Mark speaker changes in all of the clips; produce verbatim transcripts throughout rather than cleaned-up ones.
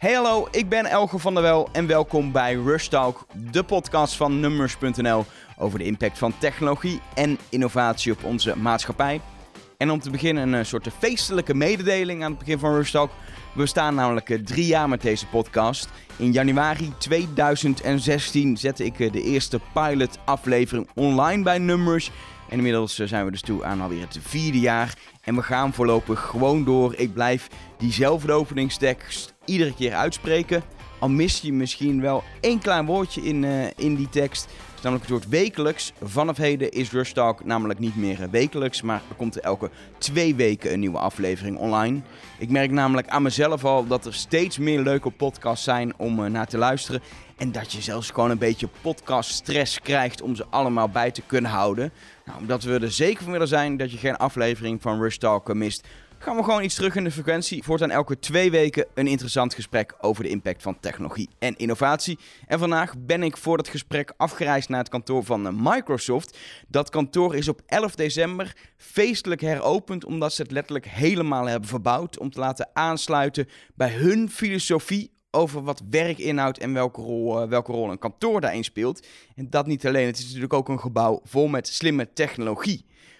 Speaker 1: Hey hallo, ik ben Elge van der Wel en welkom bij Rush Talk, de podcast van Numbers punt n l over de impact van technologie en innovatie op onze maatschappij. En om te beginnen een soort feestelijke mededeling aan het begin van Rush Talk. We staan namelijk drie jaar met deze podcast. In januari tweeduizend zestien zette ik de eerste pilot aflevering online bij Numbers. En inmiddels zijn we dus toe aan alweer het vierde jaar. En we gaan voorlopig gewoon door. Ik blijf diezelfde openingstekst iedere keer uitspreken. Al mis je misschien wel één klein woordje in, uh, in die tekst. Het is namelijk het woord wekelijks. Vanaf heden is Rush Talk namelijk niet meer wekelijks, maar er komt er elke twee weken een nieuwe aflevering online. Ik merk namelijk aan mezelf al dat er steeds meer leuke podcasts zijn om uh, naar te luisteren. En dat je zelfs gewoon een beetje podcaststress krijgt om ze allemaal bij te kunnen houden. Nou, omdat we er zeker van willen zijn dat je geen aflevering van Rush Talk mist, gaan we gewoon iets terug in de frequentie. Voortaan elke twee weken een interessant gesprek over de impact van technologie en innovatie. En vandaag ben ik voor dat gesprek afgereisd naar het kantoor van Microsoft. Dat kantoor is op elf december feestelijk heropend omdat ze het letterlijk helemaal hebben verbouwd om te laten aansluiten bij hun filosofie over wat werk inhoudt en welke rol, uh, welke rol een kantoor daarin speelt. En dat niet alleen, het is natuurlijk ook een gebouw vol met slimme technologie.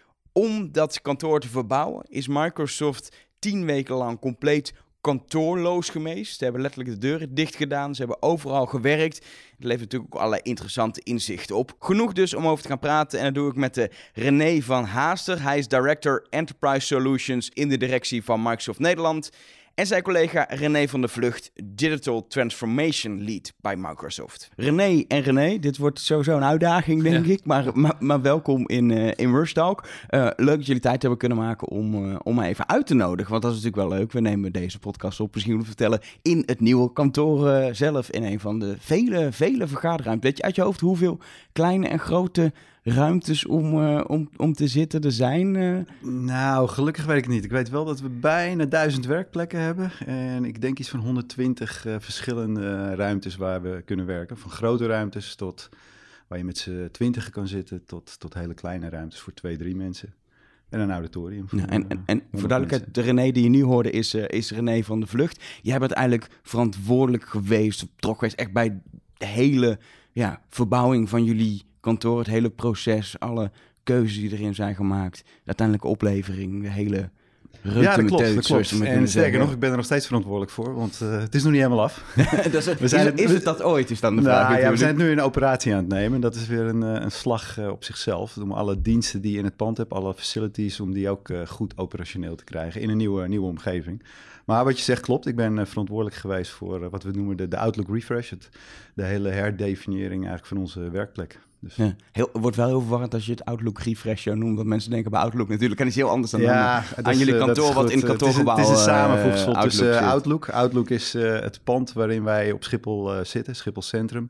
Speaker 1: Om dat kantoor te verbouwen is Microsoft tien weken lang compleet kantoorloos geweest. Ze hebben letterlijk de deuren dicht gedaan. Ze hebben overal gewerkt. Het levert natuurlijk ook allerlei interessante inzichten op. Genoeg dus om over te gaan praten. En dat doe ik met de René van Haaster. Hij is Director Enterprise Solutions in de directie van Microsoft Nederland. En zijn collega René van der Vlucht, Digital Transformation Lead bij Microsoft. René en René, dit wordt sowieso een uitdaging, denk ja. ik. Maar, maar, maar welkom in, uh, in Rush Talk. Uh, leuk dat jullie tijd hebben kunnen maken om, uh, om me even uit te nodigen. Want dat is natuurlijk wel leuk. We nemen deze podcast op, misschien moeten vertellen, in het nieuwe kantoor uh, zelf. In een van de vele, vele vergaderruimtes. Weet je uit je hoofd hoeveel kleine en grote ruimtes om, uh, om, om te zitten er zijn? Uh...
Speaker 2: Nou, gelukkig weet ik het niet. Ik weet wel dat we bijna duizend werkplekken hebben. En ik denk iets van honderdtwintig uh, verschillende uh, ruimtes waar we kunnen werken. Van grote ruimtes tot waar je met z'n twintigen kan zitten, tot, tot hele kleine ruimtes voor twee, drie mensen. En een auditorium. Voor,
Speaker 1: ja, en en, en voor duidelijkheid, de René die je nu hoorde is, uh, is René van der Vlucht. Jij bent eigenlijk verantwoordelijk geweest, of betrokken geweest, echt bij de hele ja, verbouwing van jullie kantoor, het hele proces, alle keuzes die erin zijn gemaakt, de uiteindelijke oplevering, de hele rutte
Speaker 2: ja, dat klopt,
Speaker 1: meteut,
Speaker 2: dat klopt. En sterker nog, ik ben er nog steeds verantwoordelijk voor, want uh, het is nog niet helemaal af.
Speaker 1: dat is, we zijn is, het, is het dat ooit, is dan de vraag?
Speaker 2: Nou, ja, we zijn het nu in een operatie aan het nemen. Dat is weer een, een slag uh, op zichzelf. Om alle diensten die je in het pand hebt, alle facilities, om die ook uh, goed operationeel te krijgen in een nieuwe, nieuwe omgeving. Maar wat je zegt klopt. Ik ben uh, verantwoordelijk geweest voor uh, wat we noemen de, de Outlook Refresh. Het, de hele herdefiniëring eigenlijk van onze werkplek. Dus.
Speaker 1: Ja, heel, het wordt wel heel verwarrend als je het Outlook Refresh zo noemt. Want mensen denken bij Outlook natuurlijk. En dat is heel anders dan
Speaker 2: ja,
Speaker 1: aan, aan jullie kantoor wat in het kantoorgebouw.
Speaker 2: Het is een, het is een samenvoegsel
Speaker 1: uh,
Speaker 2: tussen
Speaker 1: Outlook,
Speaker 2: Outlook. Outlook is uh, het pand waarin wij op Schiphol uh, zitten. Schiphol Centrum.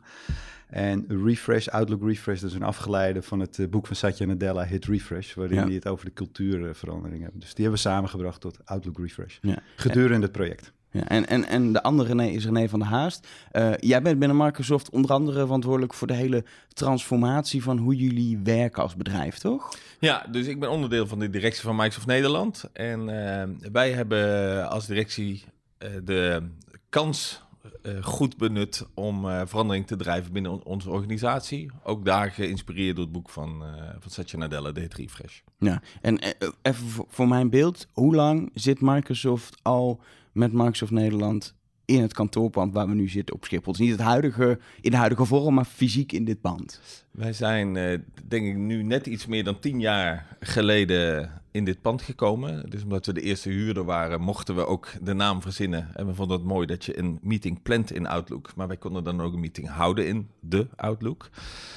Speaker 2: En Refresh, Outlook Refresh, dat is een afgeleide van het uh, boek van Satya Nadella, Hit Refresh, waarin ja. die het over de cultuurverandering hebben. Dus die hebben we samengebracht tot Outlook Refresh, ja. gedurende en, het project.
Speaker 1: Ja, en, en, en de andere René is René van der Haast. Uh, jij bent binnen Microsoft onder andere verantwoordelijk voor de hele transformatie van hoe jullie werken als bedrijf, toch?
Speaker 3: Ja, dus ik ben onderdeel van de directie van Microsoft Nederland. En uh, wij hebben als directie uh, de kans Uh, goed benut om uh, verandering te drijven binnen on- onze organisatie. Ook daar geïnspireerd door het boek van, uh, van Satya Nadella, de Hit Refresh.
Speaker 1: Ja, en uh, even voor, voor mijn beeld, hoe lang zit Microsoft al met Microsoft Nederland in het kantoorpand waar we nu zitten op Schiphol? Het is niet het huidige, in de huidige vorm, maar fysiek in dit pand.
Speaker 3: Wij zijn, uh, denk ik, nu net iets meer dan tien jaar geleden in dit pand gekomen. Dus omdat we de eerste huurder waren, mochten we ook de naam verzinnen. En we vonden het mooi dat je een meeting plant in Outlook. Maar wij konden dan ook een meeting houden in de Outlook.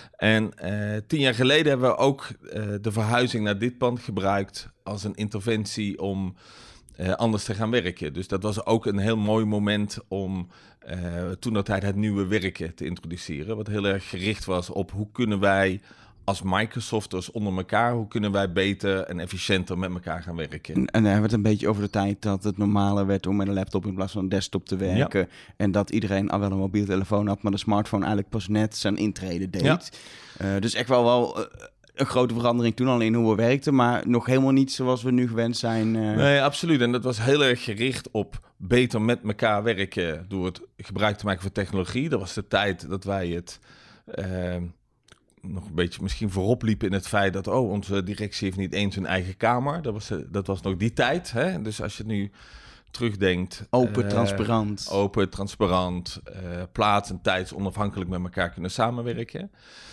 Speaker 3: En uh, tien jaar geleden hebben we ook uh, de verhuizing naar dit pand gebruikt als een interventie om Uh, anders te gaan werken. Dus dat was ook een heel mooi moment om uh, toen dat tijd het nieuwe werken te introduceren. Wat heel erg gericht was op hoe kunnen wij als Microsofters onder elkaar, hoe kunnen wij beter en efficiënter met elkaar gaan werken.
Speaker 1: En, en dan hebben we het een beetje over de tijd dat het normale werd om met een laptop in plaats van een desktop te werken. Ja. En dat iedereen al wel een mobiele telefoon had, maar de smartphone eigenlijk pas net zijn intrede deed. Ja. Uh, dus echt wel wel... Uh, een grote verandering toen al in hoe we werkten, maar nog helemaal niet zoals we nu gewend zijn. Uh...
Speaker 3: Nee, absoluut. En dat was heel erg gericht op beter met elkaar werken door het gebruik te maken van technologie. Dat was de tijd dat wij het uh, nog een beetje misschien voorop liepen in het feit dat oh, onze directie heeft niet eens een eigen kamer. Dat was, dat was nog die tijd. Hè? Dus als je nu terugdenkt.
Speaker 1: Open,
Speaker 3: uh,
Speaker 1: transparant.
Speaker 3: Open, transparant. Uh, plaats- en tijds onafhankelijk met elkaar kunnen samenwerken.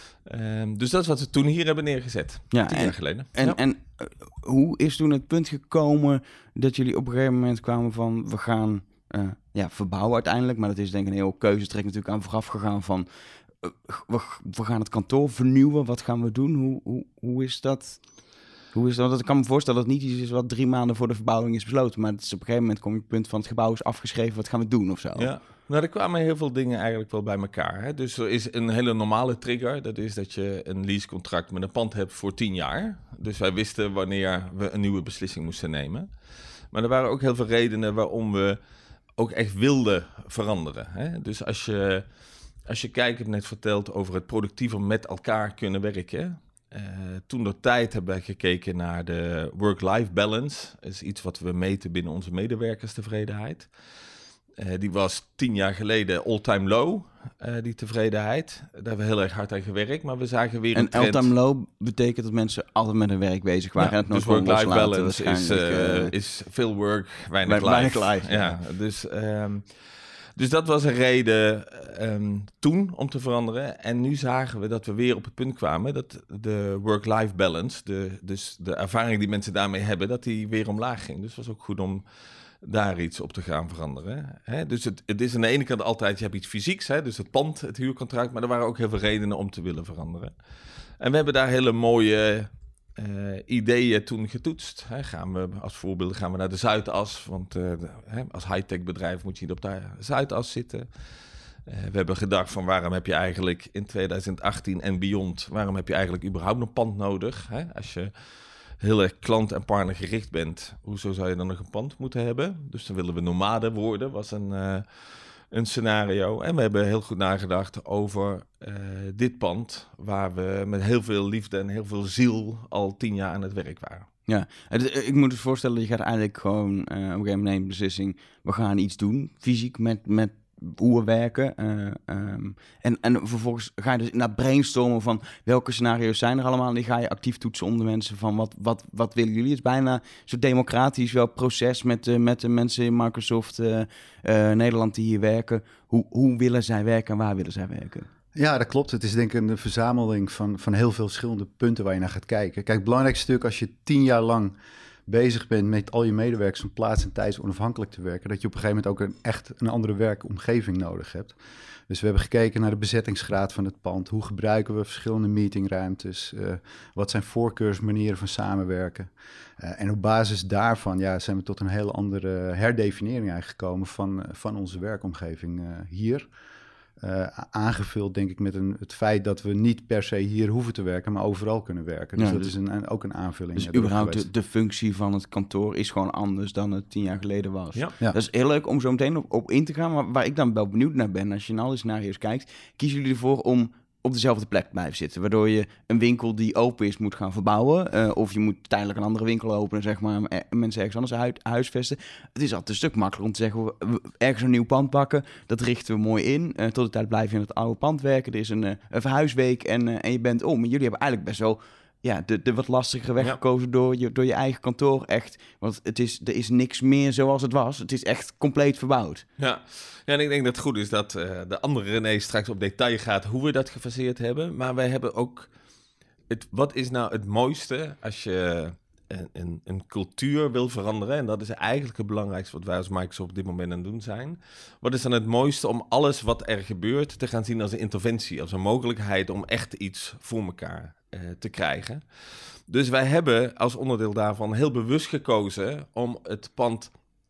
Speaker 3: Um, dus dat is wat we toen hier hebben neergezet,
Speaker 1: ja,
Speaker 3: tien
Speaker 1: en,
Speaker 3: jaar geleden.
Speaker 1: En,
Speaker 3: ja.
Speaker 1: en uh, hoe is toen het punt gekomen dat jullie op een gegeven moment kwamen van we gaan uh, ja, verbouwen uiteindelijk, maar dat is denk ik een heel keuzetrek natuurlijk aan vooraf gegaan van uh, we, we gaan het kantoor vernieuwen, wat gaan we doen? Hoe, hoe, hoe is dat? Hoe is dat? Want ik kan me voorstellen dat het niet iets is wat drie maanden voor de verbouwing is besloten, maar het is op een gegeven moment kom je op het punt van het gebouw is afgeschreven, wat gaan we doen of zo?
Speaker 3: Ja. Nou, er kwamen heel veel dingen eigenlijk wel bij elkaar. Hè? Dus er is een hele normale trigger. Dat is dat je een leasecontract met een pand hebt voor tien jaar. Dus wij wisten wanneer we een nieuwe beslissing moesten nemen. Maar er waren ook heel veel redenen waarom we ook echt wilden veranderen. Hè? Dus als je, als je kijkt, ik heb net verteld over het productiever met elkaar kunnen werken. Uh, toen door tijd hebben wij gekeken naar de work-life balance. Dat is iets wat we meten binnen onze medewerkerstevredenheid. Uh, die was tien jaar geleden all-time low, uh, die tevredenheid. Daar hebben we heel erg hard aan gewerkt, maar we zagen weer een
Speaker 1: en
Speaker 3: trend.
Speaker 1: all-time low betekent dat mensen altijd met hun werk bezig waren.
Speaker 3: Ja,
Speaker 1: en het
Speaker 3: dus
Speaker 1: nooit
Speaker 3: work-life
Speaker 1: loslaten,
Speaker 3: balance is, uh,
Speaker 1: uh,
Speaker 3: is veel work, weinig life.
Speaker 1: Weinig life,
Speaker 3: ja.
Speaker 1: ja.
Speaker 3: Dus, um, dus dat was een reden um, toen om te veranderen. En nu zagen we dat we weer op het punt kwamen dat de work-life balance, de, dus de ervaring die mensen daarmee hebben, dat die weer omlaag ging. Dus het was ook goed om daar iets op te gaan veranderen. Hè? Dus het, het is aan de ene kant altijd, je hebt iets fysieks, hè? Dus het pand, het huurcontract, maar er waren ook heel veel redenen om te willen veranderen. En we hebben daar hele mooie uh, ideeën toen getoetst. Hè? Gaan we, als voorbeeld gaan we naar de Zuidas, want uh, de, hè, als high-tech bedrijf moet je niet op de Zuidas zitten. Uh, we hebben gedacht van waarom heb je eigenlijk in twintig achttien en beyond, waarom heb je eigenlijk überhaupt een pand nodig? Hè? Als je heel erg klant- en partnergericht bent, hoezo zou je dan nog een pand moeten hebben? Dus dan willen we nomaden worden, was een, uh, een scenario. En we hebben heel goed nagedacht over uh, dit pand, waar we met heel veel liefde en heel veel ziel al tien jaar aan het werk waren.
Speaker 1: Ja, ik moet me voorstellen, je gaat eigenlijk gewoon uh, op een gegeven moment nemen beslissing, we gaan iets doen, fysiek met, met hoe we werken. Uh, um, en, en vervolgens ga je dus naar brainstormen van welke scenario's zijn er allemaal. En die ga je actief toetsen onder mensen van wat, wat, wat willen jullie? Het is bijna zo democratisch wel proces met, uh, met de mensen in Microsoft uh, uh, Nederland die hier werken. Hoe, hoe willen zij werken en waar willen zij werken?
Speaker 2: Ja, dat klopt. Het is denk ik een verzameling van, van heel veel verschillende punten waar je naar gaat kijken. Kijk, het belangrijkste stuk als je tien jaar lang bezig bent met al je medewerkers om plaats en tijds onafhankelijk te werken, dat je op een gegeven moment ook een, echt een andere werkomgeving nodig hebt. Dus we hebben gekeken naar de bezettingsgraad van het pand. Hoe gebruiken we verschillende meetingruimtes? Uh, wat zijn voorkeursmanieren van samenwerken? Uh, en op basis daarvan ja, zijn we tot een hele andere herdefinering eigenlijk gekomen van, uh, van onze werkomgeving uh, hier. Uh, aangevuld denk ik met een, het feit dat we niet per se hier hoeven te werken, maar overal kunnen werken. Dus
Speaker 1: ja,
Speaker 2: dat
Speaker 1: dus,
Speaker 2: is een, een, ook een aanvulling.
Speaker 1: Dus überhaupt de, de functie van het kantoor is gewoon anders dan het tien jaar geleden was.
Speaker 3: Ja.
Speaker 2: Ja.
Speaker 1: Dat is heel leuk om zo meteen op, op in te gaan, maar waar ik dan wel benieuwd naar ben, als je naar alle scenario's kijkt, kiezen jullie ervoor om op dezelfde plek blijven zitten, waardoor je een winkel die open is moet gaan verbouwen, uh, of je moet tijdelijk een andere winkel openen, zeg maar, en mensen ergens anders hu- huisvesten. Het is altijd een stuk makkelijker om te zeggen, we ergens een nieuw pand pakken, dat richten we mooi in, uh, tot de tijd blijf je in het oude pand werken, er is een, uh, een verhuisweek en, uh, en je bent om. En jullie hebben eigenlijk best wel ja, de, de wat lastigere weg
Speaker 3: Ja.
Speaker 1: gekozen door je, door je eigen kantoor, echt, want het is, er is niks meer zoals het was, het is echt compleet verbouwd.
Speaker 3: Ja. Ja, en ik denk dat het goed is dat uh, de andere René straks op detail gaat hoe we dat gefaseerd hebben. Maar wij hebben ook, het, wat is nou het mooiste als je een, een, een cultuur wil veranderen? En dat is eigenlijk het belangrijkste wat wij als Microsoft op dit moment aan het doen zijn. Wat is dan het mooiste om alles wat er gebeurt te gaan zien als een interventie, als een mogelijkheid om echt iets voor elkaar uh, te krijgen. Dus wij hebben als onderdeel daarvan heel bewust gekozen om het pand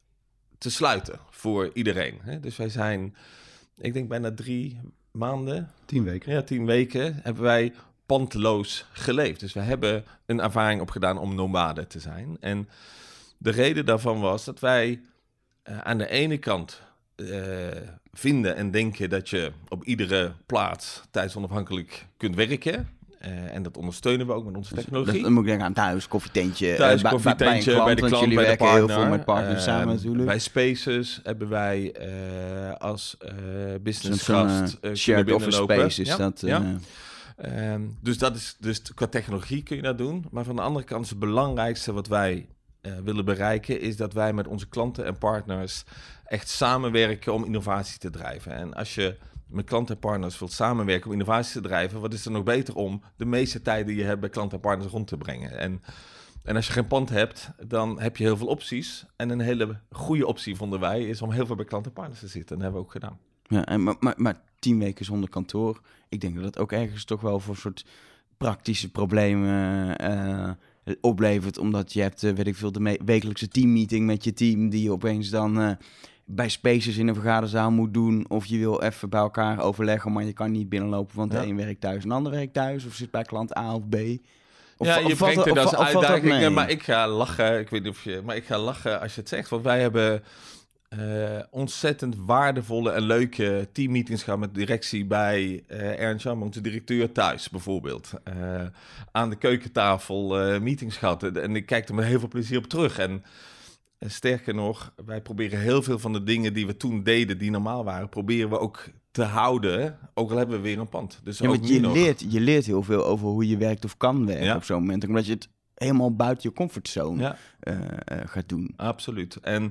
Speaker 3: te sluiten voor iedereen. Hè? Dus wij zijn, ik denk bijna drie maanden,
Speaker 2: Tien weken.
Speaker 3: ja, tien weken, hebben wij pandloos geleefd. Dus we hebben een ervaring opgedaan om nomade te zijn. En de reden daarvan was dat wij uh, aan de ene kant uh, vinden en denken dat je op iedere plaats tijdsonafhankelijk kunt werken. Uh, en dat ondersteunen we ook met onze technologie.
Speaker 1: Dus, dan moet ik denken aan thuis, koffietentje.
Speaker 3: Thuis,
Speaker 1: uh,
Speaker 3: koffietentje,
Speaker 1: bij, bij,
Speaker 3: bij de klant,
Speaker 1: jullie
Speaker 3: bij de
Speaker 1: werken
Speaker 3: partner.
Speaker 1: heel veel met partners uh, samen natuurlijk.
Speaker 3: Bij Spaces hebben wij uh, als uh, businessgast
Speaker 1: uh, shared office space is ja? dat. Uh,
Speaker 3: ja. Um, dus dat is dus qua technologie kun je dat doen. Maar van de andere kant is het belangrijkste wat wij uh, willen bereiken, is dat wij met onze klanten en partners echt samenwerken om innovatie te drijven. En als je met klanten en partners wilt samenwerken om innovatie te drijven, wat is er nog beter om de meeste tijd die je hebt bij klanten en partners rond te brengen? En, en als je geen pand hebt, dan heb je heel veel opties. En een hele goede optie, vonden wij, is om heel veel bij klanten en partners te zitten. En dat hebben we ook gedaan.
Speaker 1: Ja, en, maar, maar, maar tien weken zonder kantoor, ik denk dat dat ook ergens toch wel voor een soort praktische problemen uh, oplevert. Omdat je hebt, uh, weet ik veel, de me- wekelijkse teammeeting met je team, die je opeens dan uh, bij Spaces in een vergaderzaal moet doen. Of je wil even bij elkaar overleggen, maar je kan niet binnenlopen, want ja. de een werkt thuis en de ander werkt thuis. Of zit bij klant A of B. Of,
Speaker 3: ja, je
Speaker 1: of
Speaker 3: brengt er als uitdaging,
Speaker 1: maar
Speaker 3: ik ga lachen. Ik weet niet of je, maar ik ga lachen als je het zegt, want wij hebben Uh, ontzettend waardevolle en leuke teammeetings gehad met directie bij uh, Ernst Jan, onze directeur thuis bijvoorbeeld. Uh, aan de keukentafel uh, meetings gehad en ik kijk er met heel veel plezier op terug. En uh, sterker nog, wij proberen heel veel van de dingen die we toen deden, die normaal waren, proberen we ook te houden, ook al hebben we weer een pand. Dus
Speaker 1: ja,
Speaker 3: ook
Speaker 1: want je,
Speaker 3: nog...
Speaker 1: leert, je leert heel veel over hoe je werkt of kan werken
Speaker 3: ja.
Speaker 1: op zo'n moment, omdat je het helemaal buiten je comfortzone ja. uh, uh, gaat doen.
Speaker 3: Absoluut. En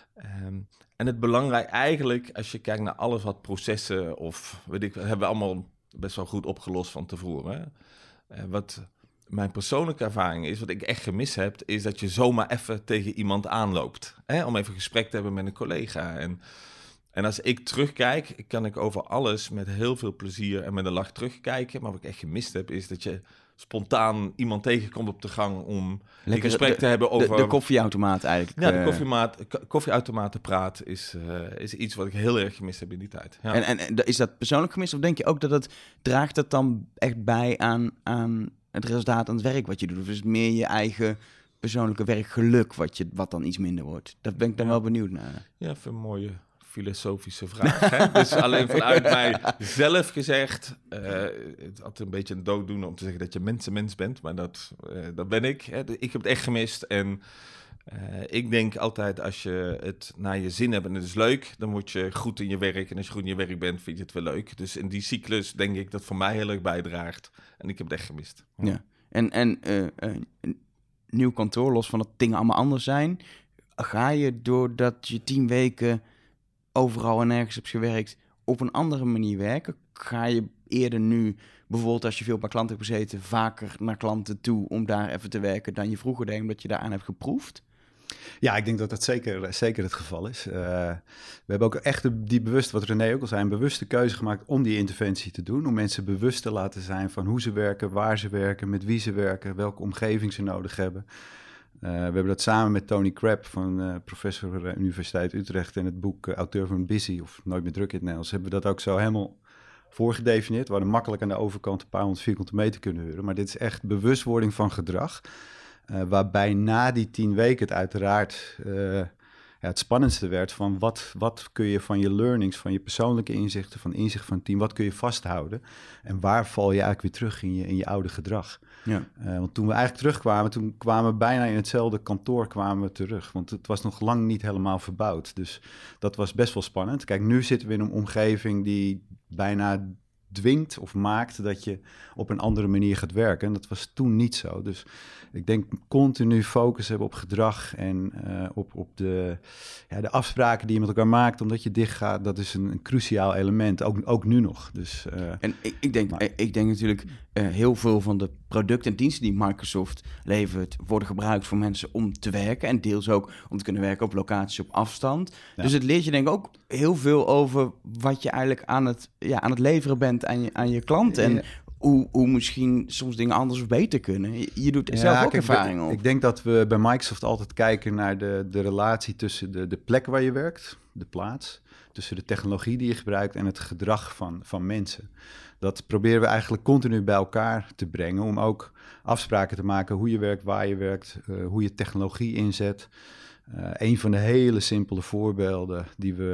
Speaker 3: Um, en het belangrijk eigenlijk, als je kijkt naar alles wat processen of weet ik, hebben we allemaal best wel goed opgelost van tevoren. Uh, wat mijn persoonlijke ervaring is, wat ik echt gemist heb, is dat je zomaar even tegen iemand aanloopt. Hè? Om even een gesprek te hebben met een collega. En, en als ik terugkijk, kan ik over alles met heel veel plezier en met een lach terugkijken. Maar wat ik echt gemist heb, is dat je spontaan iemand tegenkomt op de gang om een gesprek
Speaker 1: de,
Speaker 3: te hebben over...
Speaker 1: De, de koffieautomaat eigenlijk.
Speaker 3: Ja, de koffieautomaat, koffieautomatenpraat is, uh, is iets wat ik heel erg gemist heb in die tijd. Ja.
Speaker 1: En, en, en is dat persoonlijk gemist? Of denk je ook dat het... Draagt het dan echt bij aan, aan het resultaat aan het werk wat je doet? Of is het meer je eigen persoonlijke werkgeluk wat, je, wat dan iets minder wordt? Dat ben ik dan ja. wel benieuwd naar.
Speaker 3: Ja, even een mooie filosofische vraag. Hè? Dus alleen vanuit mij zelf gezegd, uh, het had een beetje een dooddoener om te zeggen dat je mensenmens bent, maar dat, uh, dat ben ik. Hè? Ik heb het echt gemist en uh, ik denk altijd als je het naar je zin hebt en het is leuk, dan word je goed in je werk en als je goed in je werk bent, vind je het wel leuk. Dus in die cyclus denk ik dat voor mij heel erg bijdraagt en ik heb het echt gemist.
Speaker 1: Ja, ja. en, en uh, uh, een nieuw kantoor, los van dat dingen allemaal anders zijn, ga je doordat je tien weken overal en nergens hebt gewerkt, op een andere manier werken? Ga je eerder nu, bijvoorbeeld als je veel bij klanten hebt gezeten, vaker naar klanten toe om daar even te werken dan je vroeger deed, omdat je daaraan hebt geproefd?
Speaker 2: Ja, ik denk dat dat zeker, zeker het geval is. Uh, we hebben ook echt die bewust, wat René ook al zei, een bewuste keuze gemaakt om die interventie te doen. Om mensen bewust te laten zijn van hoe ze werken, waar ze werken, met wie ze werken, welke omgeving ze nodig hebben. Uh, we hebben dat samen met Tony Crabb van uh, professor uh, Universiteit Utrecht en het boek uh, Auteur van Busy, of Nooit meer druk in het Nederlands, hebben we dat ook zo helemaal voorgedefinieerd. We hadden makkelijk aan de overkant een paar honderd vierkante meter kunnen huren, maar dit is echt bewustwording van gedrag. Uh, waarbij na die tien weken het uiteraard uh, ja, het spannendste werd van wat, wat kun je van je learnings, van je persoonlijke inzichten, van inzicht van het team, wat kun je vasthouden en waar val je eigenlijk weer terug in je, in je oude gedrag. Ja. Uh, want toen we eigenlijk terugkwamen, toen kwamen we bijna in hetzelfde kantoor kwamen we terug. Want het was nog lang niet helemaal verbouwd. Dus dat was best wel spannend. Kijk, nu zitten we in een omgeving die bijna dwingt of maakt dat je op een andere manier gaat werken. En dat was toen niet zo. Dus ik denk continu focus hebben op gedrag en uh, op, op de, ja, de afspraken die je met elkaar maakt, omdat je dicht gaat, dat is een, een cruciaal element, ook, ook nu nog. Dus, uh,
Speaker 1: en ik, ik, denk, maar, ik denk natuurlijk uh, heel veel van de producten en diensten die Microsoft levert, worden gebruikt voor mensen om te werken en deels ook om te kunnen werken op locaties op afstand. Ja. Dus het leert je denk ik ook heel veel over wat je eigenlijk aan het, ja, aan het leveren bent aan je, aan je klant en ja. Hoe, hoe misschien soms dingen anders of beter kunnen. Je, je doet er ja, zelf ook kijk, ervaring op.
Speaker 2: Ik denk dat we bij Microsoft altijd kijken naar de, de relatie tussen de, de plek waar je werkt, de plaats, tussen de technologie die je gebruikt en het gedrag van, van mensen. Dat proberen we eigenlijk continu bij elkaar te brengen om ook afspraken te maken hoe je werkt, waar je werkt, uh, hoe je technologie inzet. Uh, een van de hele simpele voorbeelden die we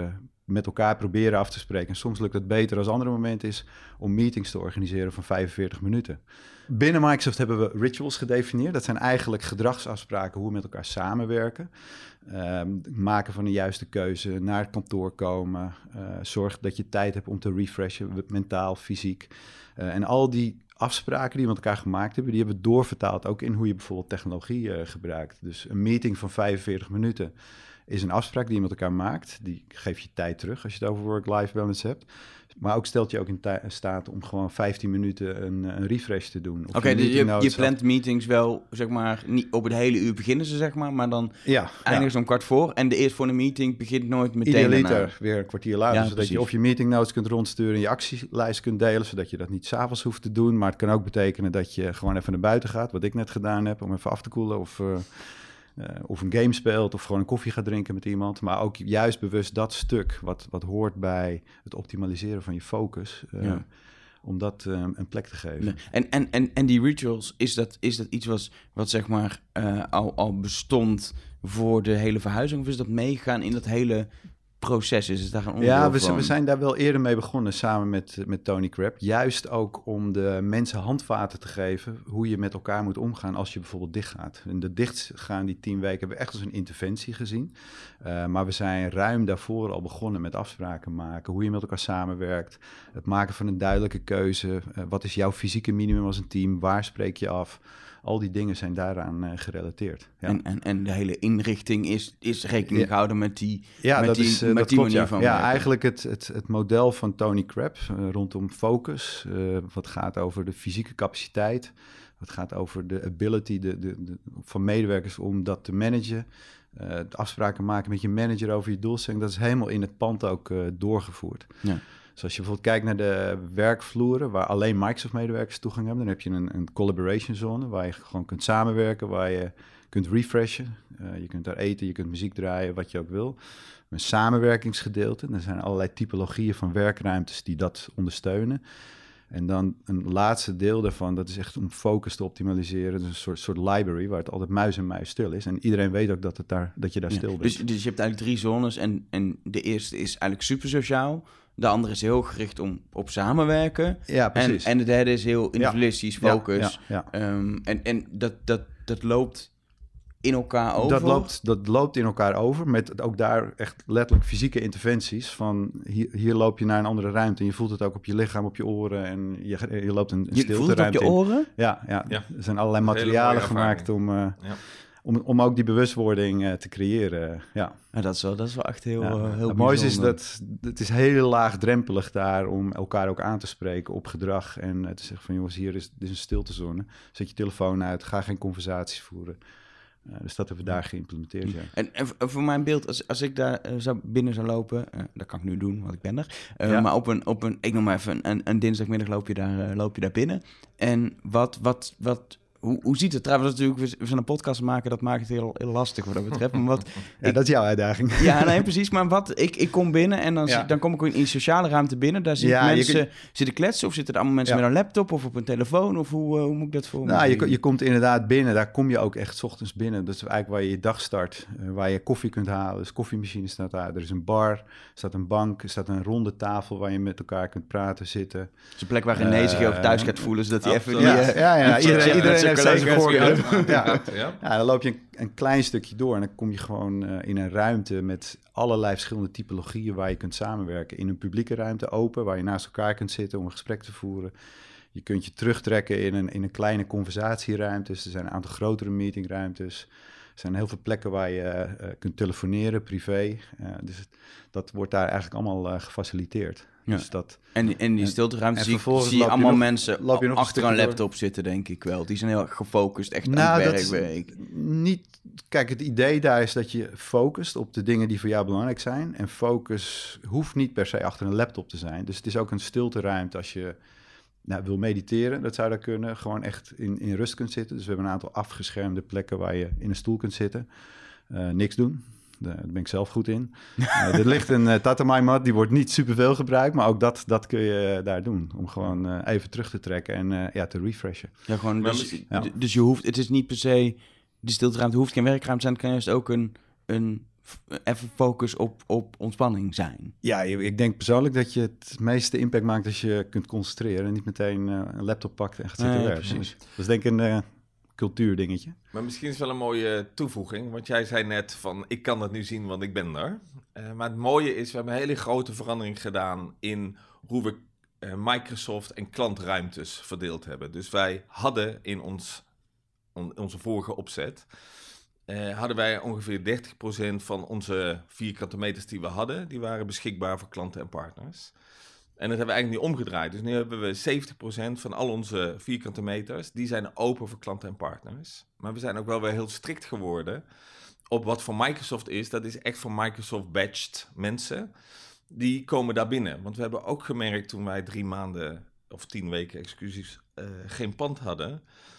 Speaker 2: met elkaar proberen af te spreken. En soms lukt het beter als andere moment is om meetings te organiseren van vijfenveertig minuten. Binnen Microsoft hebben we rituals gedefinieerd. Dat zijn eigenlijk gedragsafspraken hoe we met elkaar samenwerken. Uh, maken van de juiste keuze, naar het kantoor komen. Uh, zorg dat je tijd hebt om te refreshen, mentaal, fysiek. Uh, en al die afspraken die we met elkaar gemaakt hebben, die hebben we doorvertaald ook in hoe je bijvoorbeeld technologie uh, gebruikt. Dus een meeting van vijfenveertig minuten is een afspraak die je met elkaar maakt. Die geef je tijd terug als je het over work-life balance hebt. Maar ook stelt je ook in ta- staat om gewoon vijftien minuten een, een refresh te doen.
Speaker 1: Oké, okay, dus je, je plant meetings wel, zeg maar, niet op het hele uur beginnen ze, zeg maar, maar dan ja, eindigen ze ja. om kwart voor. En de eerst voor een meeting begint nooit meteen
Speaker 2: Idealiter weer een kwartier later, ja, zodat precies. je of je meeting notes kunt rondsturen en je actielijst kunt delen, zodat je dat niet 's avonds hoeft te doen. Maar het kan ook betekenen dat je gewoon even naar buiten gaat, wat ik net gedaan heb, om even af te koelen of... Uh, Uh, of een game speelt of gewoon een koffie gaat drinken met iemand. Maar ook juist bewust dat stuk wat, wat hoort bij het optimaliseren van je focus. Uh, ja. Om dat uh, een plek te geven.
Speaker 1: Nee. En, en, en, en die rituals, is dat, is dat iets was, wat zeg maar uh, al, al bestond voor de hele verhuizing? Of is dat meegegaan in dat hele proces? Is het daar een onderdeel
Speaker 2: Ja, we,
Speaker 1: van?
Speaker 2: we zijn daar wel eerder mee begonnen samen met, met Tony Crab. Juist ook om de mensen handvaten te geven hoe je met elkaar moet omgaan als je bijvoorbeeld dichtgaat. En de dichtgaan die tien weken hebben we echt als een interventie gezien. Uh, maar we zijn ruim daarvoor al begonnen met afspraken maken, hoe je met elkaar samenwerkt. Het maken van een duidelijke keuze. Uh, wat is jouw fysieke minimum als een team? Waar spreek je af? Al die dingen zijn daaraan uh, gerelateerd. Ja.
Speaker 1: En, en, en de hele inrichting is, is rekening ja. gehouden met die,
Speaker 2: ja,
Speaker 1: met
Speaker 2: dat
Speaker 1: die,
Speaker 2: is, uh,
Speaker 1: met
Speaker 2: dat
Speaker 1: die
Speaker 2: klopt,
Speaker 1: manier
Speaker 2: ja.
Speaker 1: van
Speaker 2: ja,
Speaker 1: werken.
Speaker 2: eigenlijk het, het, het model van Tony Crab uh, rondom focus. Uh, wat gaat over de fysieke capaciteit. Wat gaat over de ability de, de, de, van medewerkers om dat te managen. Uh, afspraken maken met je manager over je doelstelling. Dat is helemaal in het pand ook uh, doorgevoerd. Ja. Dus als je bijvoorbeeld kijkt naar de werkvloeren waar alleen Microsoft-medewerkers toegang hebben, dan heb je een, een collaboration zone waar je gewoon kunt samenwerken, waar je kunt refreshen. Uh, je kunt daar eten, je kunt muziek draaien, wat je ook wil. Een samenwerkingsgedeelte, er zijn allerlei typologieën van werkruimtes die dat ondersteunen. En dan een laatste deel daarvan, dat is echt om focus te optimaliseren. Dus een soort, soort library waar het altijd muis en muis stil is. En iedereen weet ook dat, het daar, dat je daar ja, stil bent.
Speaker 1: Dus, dus je hebt eigenlijk drie zones en, en de eerste is eigenlijk super sociaal. De andere is heel gericht om, op samenwerken.
Speaker 2: Ja, precies.
Speaker 1: En, en de derde is heel individualistisch, ja. focus.
Speaker 2: Ja, ja, ja.
Speaker 1: Um, en en dat, dat, dat loopt in elkaar over?
Speaker 2: Dat loopt, dat loopt in elkaar over, met ook daar echt letterlijk fysieke interventies. Van hier, hier loop je naar een andere ruimte en je voelt het ook op je lichaam, op je oren. En je, je loopt een, een stilte ruimte in.
Speaker 1: Je voelt het op je oren?
Speaker 2: Ja, ja.
Speaker 3: ja.
Speaker 2: Er zijn allerlei materialen gemaakt om... Uh, ja. Om, om ook die bewustwording uh, te creëren, ja.
Speaker 1: ja dat, is wel, dat is wel echt heel,
Speaker 2: ja.
Speaker 1: uh, heel
Speaker 2: Het mooiste is dat het is heel laagdrempelig daar om elkaar ook aan te spreken op gedrag. En uh, te zeggen van jongens, hier is, dit is een stiltezone. Zet je telefoon uit, ga geen conversaties voeren. Uh, dus dat hebben we daar geïmplementeerd, ja.
Speaker 1: En, en voor mijn beeld, als, als ik daar uh, zou binnen zou lopen, uh, dat kan ik nu doen, want ik ben er. Uh, ja. Maar op een, op een, ik noem maar even, een, een dinsdagmiddag loop je daar, uh, loop je daar binnen. En wat, wat, wat... Hoe, hoe ziet het trouwens natuurlijk, we zijn een podcast maken, dat maakt het heel, heel lastig wat dat betreft. Maar wat,
Speaker 2: ja,
Speaker 1: ik,
Speaker 2: dat is jouw uitdaging.
Speaker 1: Ja, nee, precies. Maar wat, ik, ik kom binnen en dan, ja. zie, dan kom ik in een sociale ruimte binnen. Daar zie ik ja, mensen kunt... zitten kletsen of zitten er allemaal mensen ja. met een laptop of op een telefoon? Of hoe, uh, hoe moet ik dat voor
Speaker 2: Nou, je, je komt inderdaad binnen, daar kom je ook echt 's ochtends binnen. Dat is eigenlijk waar je je dag start, uh, waar je koffie kunt halen. Dus koffiemachine staat daar, er is een bar, er staat een bank, er staat een ronde tafel waar je met elkaar kunt praten, zitten.
Speaker 1: Het is een plek waar René uh, zich heel thuis gaat voelen, zodat hij even...
Speaker 2: Ja,
Speaker 1: die,
Speaker 2: uh, ja, ja, ja. iedereen, iedereen, iedereen heeft zijn voorkeur. Ja.
Speaker 3: Ja.
Speaker 2: ja, dan loop je een, een klein stukje door en dan kom je gewoon uh, in een ruimte met allerlei verschillende typologieën waar je kunt samenwerken. In een publieke ruimte open, waar je naast elkaar kunt zitten om een gesprek te voeren. Je kunt je terugtrekken in een, in een kleine conversatieruimtes. Er zijn een aantal grotere meetingruimtes. Er zijn heel veel plekken waar je uh, kunt telefoneren, privé. Uh, dus dat wordt daar eigenlijk allemaal uh, gefaciliteerd.
Speaker 1: Ja.
Speaker 2: Dus dat,
Speaker 1: en in die stilteruimte zie, zie je
Speaker 2: je
Speaker 1: allemaal
Speaker 2: nog,
Speaker 1: mensen
Speaker 2: je nog
Speaker 1: achter een, een laptop
Speaker 2: door.
Speaker 1: zitten, denk ik wel. Die zijn heel erg gefocust, echt
Speaker 2: nou,
Speaker 1: aan het werk.
Speaker 2: Niet, kijk, het idee daar is dat je focust op de dingen die voor jou belangrijk zijn. En focus hoeft niet per se achter een laptop te zijn. Dus het is ook een stilteruimte als je nou, wil mediteren. Dat zou daar kunnen. Gewoon echt in, in rust kunt zitten. Dus we hebben een aantal afgeschermde plekken waar je in een stoel kunt zitten. Uh, niks doen. Daar ben ik zelf goed in. uh, er ligt een uh, Tatamai mat, die wordt niet superveel gebruikt, maar ook dat, dat kun je uh, daar doen. Om gewoon uh, even terug te trekken en uh, ja, te refreshen.
Speaker 1: Ja, gewoon, dus, ja. dus je hoeft, het is niet per se, de stilteruimte hoeft geen werkruimte te zijn, het kan juist ook een, een even focus op, op ontspanning zijn.
Speaker 2: Ja, ik denk persoonlijk dat je het meeste impact maakt als je kunt concentreren en niet meteen uh, een laptop pakt en gaat zitten
Speaker 1: Nee,
Speaker 2: werken.
Speaker 1: precies.
Speaker 2: Dat is denk ik een uh, cultuurdingetje.
Speaker 3: Maar misschien is het wel een mooie toevoeging, want jij zei net van ik kan dat nu zien, want ik ben er. Uh, maar het mooie is, we hebben een hele grote verandering gedaan in hoe we uh, Microsoft en klantruimtes verdeeld hebben. Dus wij hadden in ons, on, onze vorige opzet, uh, hadden wij ongeveer dertig procent van onze vierkante meters die we hadden, die waren beschikbaar voor klanten en partners. En dat hebben we eigenlijk nu omgedraaid. Dus nu hebben we zeventig procent van al onze vierkante meters, die zijn open voor klanten en partners. Maar we zijn ook wel weer heel strikt geworden op wat voor Microsoft is. Dat is echt voor Microsoft-badged mensen. Die komen daar binnen. Want we hebben ook gemerkt toen wij drie maanden, of tien weken, excuses, uh, geen pand hadden,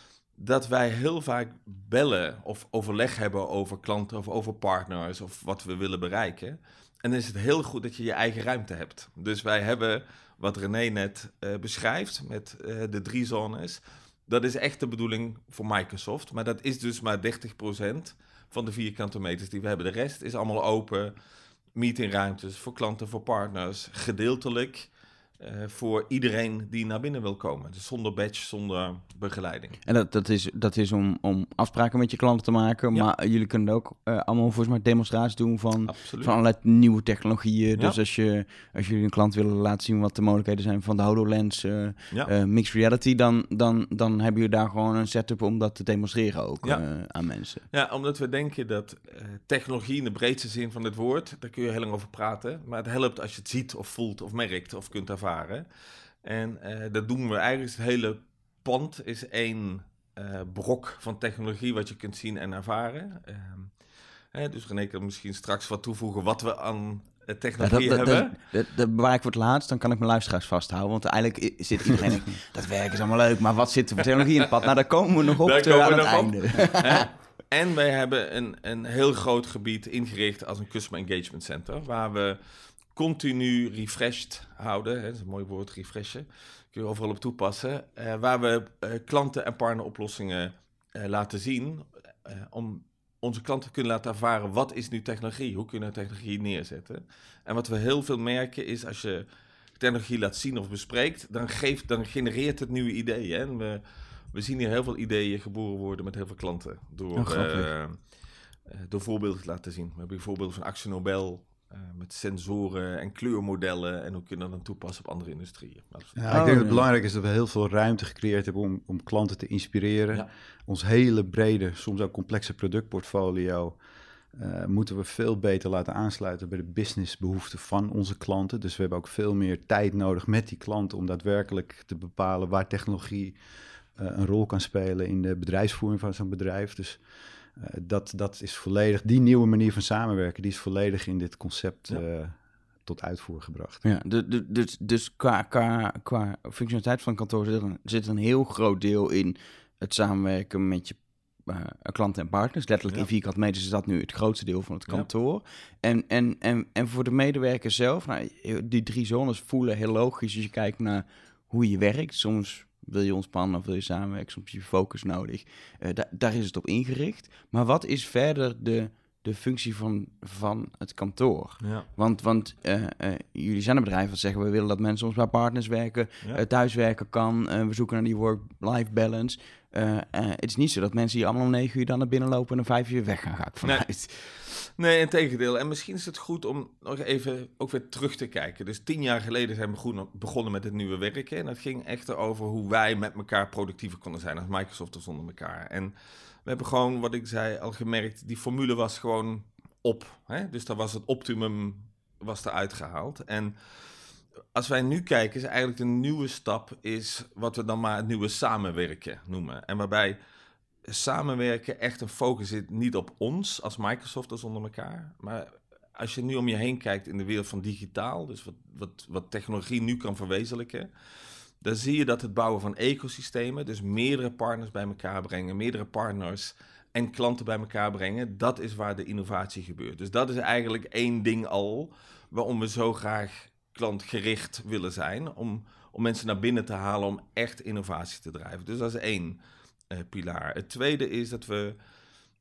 Speaker 3: dat wij heel vaak bellen of overleg hebben over klanten of over partners of wat we willen bereiken. En dan is het heel goed dat je je eigen ruimte hebt. Dus wij hebben, wat René net uh, beschrijft met uh, de drie zones, dat is echt de bedoeling voor Microsoft. Maar dat is dus maar dertig procent van de vierkante meters die we hebben. De rest is allemaal open, meetingruimtes voor klanten, voor partners, gedeeltelijk uh, voor iedereen die naar binnen wil komen. Dus zonder badge, zonder begeleiding.
Speaker 1: En dat, dat is, dat is om, om afspraken met je klanten te maken,
Speaker 3: Ja.
Speaker 1: maar jullie kunnen ook uh, allemaal volgens mij demonstraties doen van,
Speaker 3: Absoluut.
Speaker 1: van allerlei nieuwe technologieën.
Speaker 3: Ja.
Speaker 1: Dus als, je, als jullie een klant willen laten zien wat de mogelijkheden zijn van de HoloLens, uh,
Speaker 3: Ja.
Speaker 1: uh, mixed reality, dan, dan, dan hebben jullie daar gewoon een setup om dat te demonstreren ook
Speaker 3: Ja.
Speaker 1: uh, aan mensen.
Speaker 3: Ja, omdat we denken dat uh, technologie in de breedste zin van het woord, daar kun je heel lang over praten, maar het helpt als je het ziet of voelt of merkt of kunt ervaren. En uh, dat doen we eigenlijk. Het hele pand is één uh, brok van technologie wat je kunt zien en ervaren. Uh, hè, dus René kan misschien straks wat toevoegen wat we aan uh, technologie
Speaker 1: Ja, dat, dat,
Speaker 3: hebben.
Speaker 1: dat, dat, dat bewaar ik voor het laatst, dan kan ik mijn luisteraars vasthouden. Want eigenlijk i- zit iedereen, denk, dat werk is allemaal leuk, maar wat zit er voor technologie in het pad? Nou, daar komen we nog op
Speaker 3: Daar
Speaker 1: te, aan
Speaker 3: komen
Speaker 1: het
Speaker 3: we nog op.
Speaker 1: einde.
Speaker 3: Hè? En wij hebben een, een heel groot gebied ingericht als een Customer Engagement Center, waar we continu refreshed houden. Hè, dat is een mooi woord, refreshen. Kun je overal op toepassen. Uh, waar we uh, klanten- en partneroplossingen uh, laten zien. Uh, om onze klanten te kunnen laten ervaren, wat is nu technologie? Hoe kunnen we technologie neerzetten? En wat we heel veel merken is, als je technologie laat zien of bespreekt, dan, geeft, dan genereert het nieuwe ideeën. Hè? En we, we zien hier heel veel ideeën geboren worden met heel veel klanten. Door,
Speaker 1: Oh, grappig.
Speaker 3: uh, uh, door voorbeelden te laten zien. We hebben voorbeelden van Axo Nobel. Uh, met sensoren en kleurmodellen en hoe kunnen we dat dan toepassen op andere industrieën.
Speaker 2: Ja, ik
Speaker 1: Oh,
Speaker 2: denk dat
Speaker 1: ja.
Speaker 2: het belangrijk is dat we heel veel ruimte gecreëerd hebben om, om klanten te inspireren.
Speaker 3: Ja.
Speaker 2: Ons hele brede, soms ook complexe productportfolio uh, moeten we veel beter laten aansluiten bij de businessbehoeften van onze klanten. Dus we hebben ook veel meer tijd nodig met die klanten om daadwerkelijk te bepalen waar technologie uh, een rol kan spelen in de bedrijfsvoering van zo'n bedrijf. Dus Uh, dat, dat is volledig, die nieuwe manier van samenwerken, die is volledig in dit concept
Speaker 3: Ja.
Speaker 2: uh, tot uitvoer gebracht.
Speaker 1: Ja, de, de, dus, dus qua, qua, qua functionaliteit van het kantoor zit er, een, zit er een heel groot deel in het samenwerken met je uh, klanten en partners. Letterlijk
Speaker 3: Ja.
Speaker 1: in vierkante meters is dat nu het grootste deel van het
Speaker 3: Ja.
Speaker 1: kantoor. En, en, en, en voor de medewerkers zelf, nou, die drie zones voelen heel logisch als je kijkt naar hoe je werkt. Soms wil je ontspannen of wil je samenwerken, soms heb je focus nodig. Uh, da- daar is het op ingericht. Maar wat is verder de, de functie van, van het kantoor?
Speaker 3: Ja.
Speaker 1: Want, want uh, uh, jullie zijn een bedrijf dat zeggen, we willen dat mensen soms bij partners werken,
Speaker 3: Ja.
Speaker 1: uh, thuiswerken kan, uh, we zoeken naar die work-life balance. Uh, uh, het is niet zo dat mensen hier allemaal om negen uur dan naar binnen lopen en om vijf uur weg gaan, ga ik vanuit.
Speaker 3: Nee, in tegendeel. En misschien is het goed om nog even ook weer terug te kijken. Dus tien jaar geleden zijn we begonnen, begonnen met het nieuwe werken. En dat ging echt over hoe wij met elkaar productiever konden zijn als Microsoft of zonder elkaar. En we hebben gewoon, wat ik zei, al gemerkt, die formule was gewoon op. Hè? Dus daar was het optimum was eruit gehaald. En als wij nu kijken, is eigenlijk de nieuwe stap is wat we dan maar het nieuwe samenwerken noemen. En waarbij samenwerken echt een focus zit niet op ons als Microsoft als onder elkaar, maar als je nu om je heen kijkt in de wereld van digitaal, dus wat, wat, wat technologie nu kan verwezenlijken, dan zie je dat het bouwen van ecosystemen, dus meerdere partners bij elkaar brengen, meerdere partners en klanten bij elkaar brengen, dat is waar de innovatie gebeurt. Dus dat is eigenlijk één ding al, waarom we zo graag klantgericht willen zijn, om, om mensen naar binnen te halen om echt innovatie te drijven. Dus dat is één Uh, pilaar. Het tweede is dat we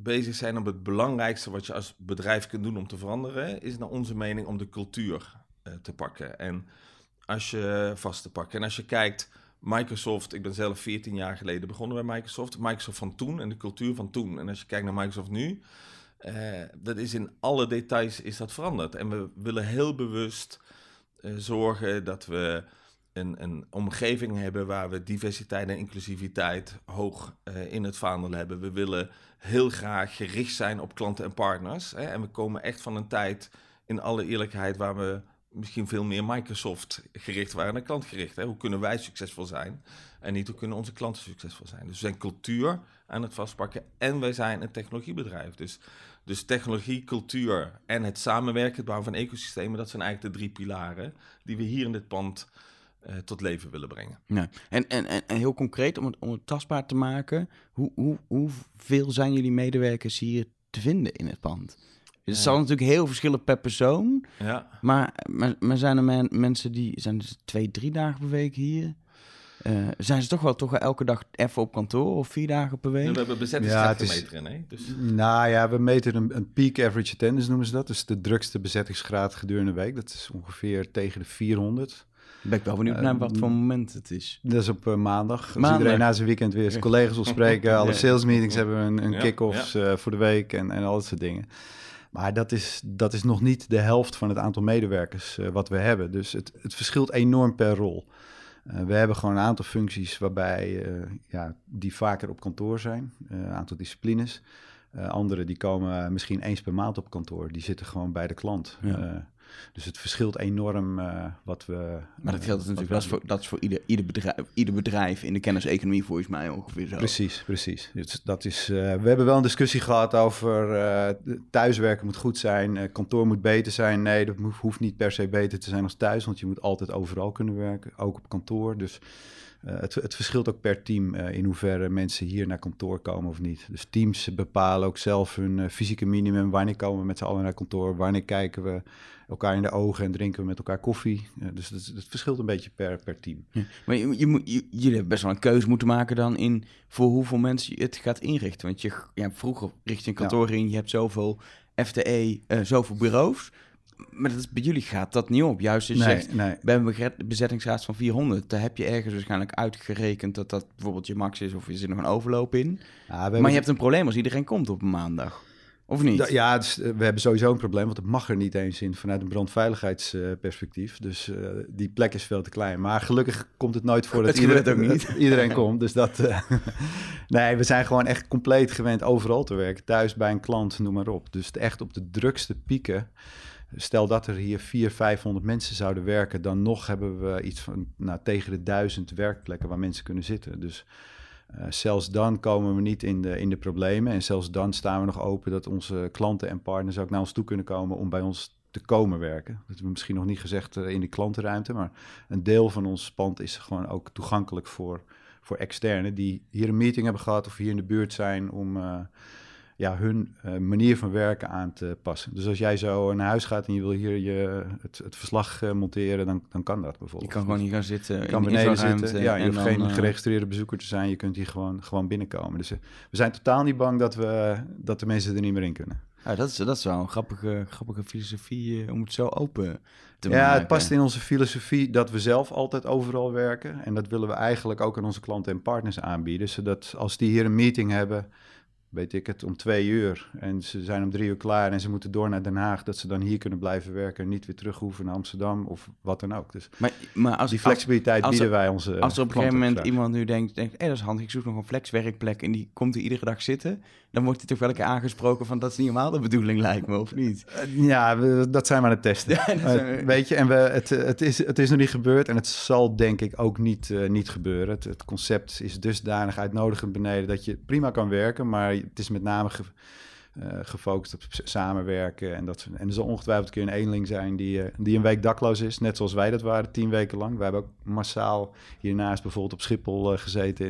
Speaker 3: bezig zijn op het belangrijkste wat je als bedrijf kunt doen om te veranderen, is naar onze mening om de cultuur uh, te pakken en als je vast te pakken. En als je kijkt, Microsoft, ik ben zelf veertien jaar geleden begonnen bij Microsoft, Microsoft van toen en de cultuur van toen. En als je kijkt naar Microsoft nu, uh, dat is in alle details is dat veranderd. En we willen heel bewust uh, zorgen dat we Een, een omgeving hebben waar we diversiteit en inclusiviteit hoog uh, in het vaandel hebben. We willen heel graag gericht zijn op klanten en partners. Hè? En we komen echt van een tijd, in alle eerlijkheid, waar we misschien veel meer Microsoft gericht waren dan klantgericht. Hè? Hoe kunnen wij succesvol zijn en niet hoe kunnen onze klanten succesvol zijn. Dus we zijn cultuur aan het vastpakken en wij zijn een technologiebedrijf. Dus, dus technologie, cultuur en het samenwerken, het bouwen van ecosystemen, dat zijn eigenlijk de drie pilaren die we hier in dit pand Uh, tot leven willen brengen.
Speaker 1: Ja. En, en, en heel concreet, om het, om het tastbaar te maken, hoe, hoe, hoeveel zijn jullie medewerkers hier te vinden in het pand? Het
Speaker 3: Ja.
Speaker 1: zal natuurlijk heel verschillen per persoon,
Speaker 3: Ja.
Speaker 1: maar, maar, maar zijn er men, mensen die zijn dus twee, drie dagen per week hier? Uh, zijn ze toch wel toch wel elke dag even op kantoor of vier dagen per week?
Speaker 3: En we hebben bezettingsgraad
Speaker 2: Ja,
Speaker 3: gemeten in, hè? Dus...
Speaker 2: Nou ja, we meten een, een peak average attendance noemen ze dat. Dus de drukste bezettingsgraad gedurende de week. Dat is ongeveer tegen de vierhonderd.
Speaker 1: Ben ik wel benieuwd
Speaker 2: Uh,
Speaker 1: naar wat voor moment het is.
Speaker 2: Dat is op uh, maandag. Als
Speaker 1: Maandag.
Speaker 2: iedereen na zijn weekend weer zijn collega's wil spreken. Alle
Speaker 1: Ja.
Speaker 2: sales meetings hebben een, een
Speaker 3: Ja,
Speaker 2: kick-offs
Speaker 3: ja.
Speaker 2: uh, voor de week en, en al dat soort dingen. Maar dat is, dat is nog niet de helft van het aantal medewerkers uh, wat we hebben. Dus het, het verschilt enorm per rol. Uh, we hebben gewoon een aantal functies waarbij uh, ja, die vaker op kantoor zijn. Uh, een aantal disciplines. Uh, andere die komen misschien eens per maand op kantoor. Die zitten gewoon bij de klant.
Speaker 1: Ja.
Speaker 2: Uh, dus het verschilt enorm uh, wat we...
Speaker 1: Maar dat geldt
Speaker 2: uh,
Speaker 1: natuurlijk,
Speaker 2: we
Speaker 1: dat is voor, dat is voor ieder, ieder, bedrijf, ieder bedrijf in de kenniseconomie volgens mij ongeveer zo.
Speaker 2: Precies, precies. Dus dat is, uh, we hebben wel een discussie gehad over uh, thuiswerken moet goed zijn, uh, kantoor moet beter zijn. Nee, dat hoeft, hoeft niet per se beter te zijn als thuis, want je moet altijd overal kunnen werken, ook op kantoor. Dus uh, het, het verschilt ook per team uh, in hoeverre mensen hier naar kantoor komen of niet. Dus teams bepalen ook zelf hun uh, fysieke minimum. Wanneer komen we met z'n allen naar kantoor? Wanneer kijken we elkaar in de ogen en drinken we met elkaar koffie? Uh, dus het, het verschilt een beetje per, per team.
Speaker 1: Ja, maar je, je, moet- je, jullie hebben best wel een keuze moeten maken dan in voor hoeveel mensen je het gaat inrichten. Want je, ja, vroeger richt je een kantoor in, je hebt zoveel F T E, uh, zoveel bureaus. Maar dat is, bij jullie gaat dat niet op. Juist als je
Speaker 2: Nee,
Speaker 1: zegt,
Speaker 2: nee.
Speaker 1: bij een begre- bezettingsgraad van vierhonderd, daar heb je ergens waarschijnlijk uitgerekend dat dat bijvoorbeeld je max is of er zit nog een overloop in.
Speaker 2: Ja, we
Speaker 1: Maar
Speaker 2: hebben-
Speaker 1: je hebt een probleem als iedereen komt op een maandag. Of niet?
Speaker 2: Da- Ja, dus, uh, we hebben sowieso een probleem, want het mag er niet eens in vanuit een brandveiligheidsperspectief. Dus uh, die plek is veel te klein. Maar gelukkig komt het nooit voor dat
Speaker 1: Het gebeurt
Speaker 2: iedereen,
Speaker 1: ook niet.
Speaker 2: dat iedereen komt. Dus dat, uh, nee, we zijn gewoon echt compleet gewend overal te werken. Thuis, bij een klant, noem maar op. Dus echt op de drukste pieken. Stel dat er hier vierhonderd, vijfhonderd mensen zouden werken, dan nog hebben we iets van nou, tegen de duizend werkplekken waar mensen kunnen zitten. Dus uh, zelfs dan komen we niet in de, in de problemen. En zelfs dan staan we nog open dat onze klanten en partners ook naar ons toe kunnen komen om bij ons te komen werken. Dat hebben we misschien nog niet gezegd uh, in de klantenruimte, maar een deel van ons pand is gewoon ook toegankelijk voor, voor externen die hier een meeting hebben gehad of hier in de buurt zijn om uh, ja, hun uh, manier van werken aan te passen. Dus als jij zo naar huis gaat en je wil hier je, het, het verslag uh, monteren, dan, dan kan dat
Speaker 1: Je
Speaker 2: bijvoorbeeld.
Speaker 1: kan gewoon hier gaan zitten
Speaker 2: Je
Speaker 1: in
Speaker 2: kan
Speaker 1: de
Speaker 2: beneden
Speaker 1: inforuimte
Speaker 2: zitten. Ja, je
Speaker 1: en
Speaker 2: hoeft
Speaker 1: dan,
Speaker 2: geen
Speaker 1: uh,
Speaker 2: geregistreerde bezoeker te zijn. Je kunt hier gewoon, gewoon binnenkomen. Dus uh, we zijn totaal niet bang dat, we, dat de mensen er niet meer in kunnen.
Speaker 1: Ja, dat, is, dat is wel een grappige, grappige filosofie uh, om het zo open te maken.
Speaker 2: Ja, het past in onze filosofie dat we zelf altijd overal werken. En dat willen we eigenlijk ook aan onze klanten en partners aanbieden. Zodat als die hier een meeting hebben, weet ik het, om twee uur. En ze zijn om drie uur klaar en ze moeten door naar Den Haag. Dat ze dan hier kunnen blijven werken en niet weer terug hoeven naar Amsterdam of wat dan ook. Dus
Speaker 1: Maar, maar als
Speaker 2: die flexibiliteit
Speaker 1: als-
Speaker 2: bieden wij onze
Speaker 1: Als er op een gegeven moment
Speaker 2: klanten
Speaker 1: iemand nu denkt, denkt hey, dat is handig, ik zoek nog een flexwerkplek en die komt hier iedere dag zitten, dan wordt hij toch wel een keer aangesproken van dat is niet helemaal de bedoeling, lijkt me, of niet?
Speaker 2: graag. Uh, ja, we, dat zijn we aan het testen.
Speaker 1: Ja, dat zijn we-
Speaker 2: Uh, weet je, en we, het, het, is, het is nog niet gebeurd en het zal denk ik ook niet, uh, niet gebeuren. Het, het concept is dusdanig uitnodigend beneden dat je prima kan werken, maar het is met name ge, uh, gefocust op s- samenwerken. En, dat, soort- en er zal ongetwijfeld een keer een eenling zijn die, uh, die een week dakloos is, net zoals wij dat waren, tien weken lang. We hebben ook massaal hiernaast bijvoorbeeld op Schiphol uh, gezeten in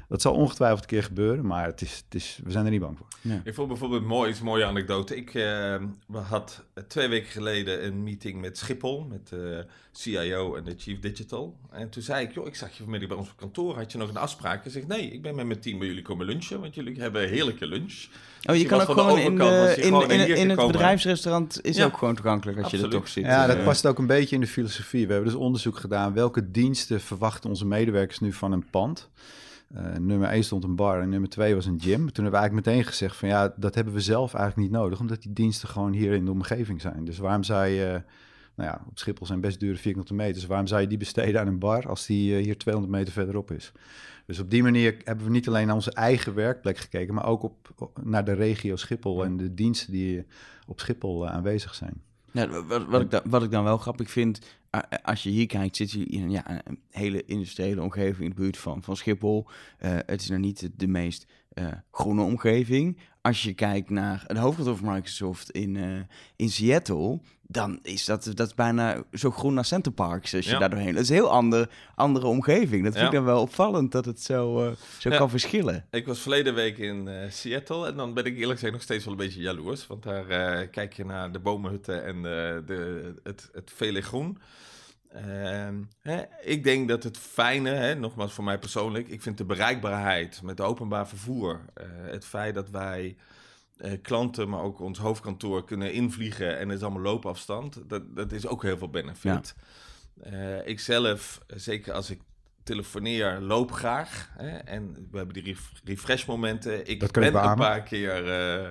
Speaker 2: Dat zal ongetwijfeld een keer gebeuren, maar het is, het is, we zijn er niet bang voor.
Speaker 1: Ja.
Speaker 3: Ik vond bijvoorbeeld mooi, is een mooie anekdote. Ik uh, had twee weken geleden een meeting met Schiphol, met de C I O en de Chief Digital. En toen zei ik, joh, ik zag je vanmiddag bij ons op kantoor, had je nog een afspraak? Ik zeg, nee, ik ben met mijn team bij jullie komen lunchen, want jullie hebben heerlijke lunch.
Speaker 1: Oh, je
Speaker 3: Dus
Speaker 1: kan ook gewoon in, de, in,
Speaker 3: gewoon
Speaker 1: in,
Speaker 3: hier
Speaker 1: in het
Speaker 3: gekomen.
Speaker 1: bedrijfsrestaurant is
Speaker 3: Ja.
Speaker 1: ook gewoon toegankelijk als
Speaker 3: Absoluut.
Speaker 1: je er toch zit.
Speaker 2: Ja, dat
Speaker 1: Uh,
Speaker 2: past ook een beetje in de filosofie. We hebben dus onderzoek gedaan. Welke diensten verwachten onze medewerkers nu van een pand? Uh, nummer één stond een bar en nummer twee was een gym. Toen hebben we eigenlijk meteen gezegd van ja, dat hebben we zelf eigenlijk niet nodig, omdat die diensten gewoon hier in de omgeving zijn. Dus waarom zou je, nou ja, op Schiphol zijn best dure vierkante meters, waarom zou je die besteden aan een bar als die uh, hier tweehonderd meter verderop is? Dus op die manier hebben we niet alleen naar onze eigen werkplek gekeken, maar ook op, op, naar de regio Schiphol en de diensten die op Schiphol uh, aanwezig zijn.
Speaker 1: Ja, wat, wat, ik dan, wat ik dan wel grappig vind, als je hier kijkt, zit je in ja, een hele industriële omgeving in de buurt van, van Schiphol. Uh, het is nou niet de, de meest uh, groene omgeving. Als je kijkt naar het hoofdkantoor van Microsoft in, uh, in Seattle, dan is dat, dat is bijna zo groen als Center Parks als je
Speaker 3: Ja.
Speaker 1: daar doorheen. Dat is een heel ander, andere omgeving. Dat vind
Speaker 3: Ja.
Speaker 1: ik dan wel opvallend dat het zo, uh, zo
Speaker 3: Ja.
Speaker 1: kan verschillen.
Speaker 3: Ik was verleden week in uh, Seattle en dan ben ik eerlijk gezegd nog steeds wel een beetje jaloers. Want daar uh, kijk je naar de bomenhutten en uh, de, het, het vele groen. Uh, hè, ik denk dat het fijne, hè, nogmaals voor mij persoonlijk, ik vind de bereikbaarheid met openbaar vervoer, uh, het feit dat wij uh, klanten, maar ook ons hoofdkantoor kunnen invliegen en het is allemaal loopafstand, dat, dat is ook heel veel benefit. Ja. Uh, ik zelf, zeker als ik telefoneer, loop graag. Hè? En we hebben die ref- refresh-momenten. Ik
Speaker 2: Dat kan
Speaker 3: ben
Speaker 2: ik
Speaker 3: een
Speaker 2: beamen.
Speaker 3: paar keer... Uh...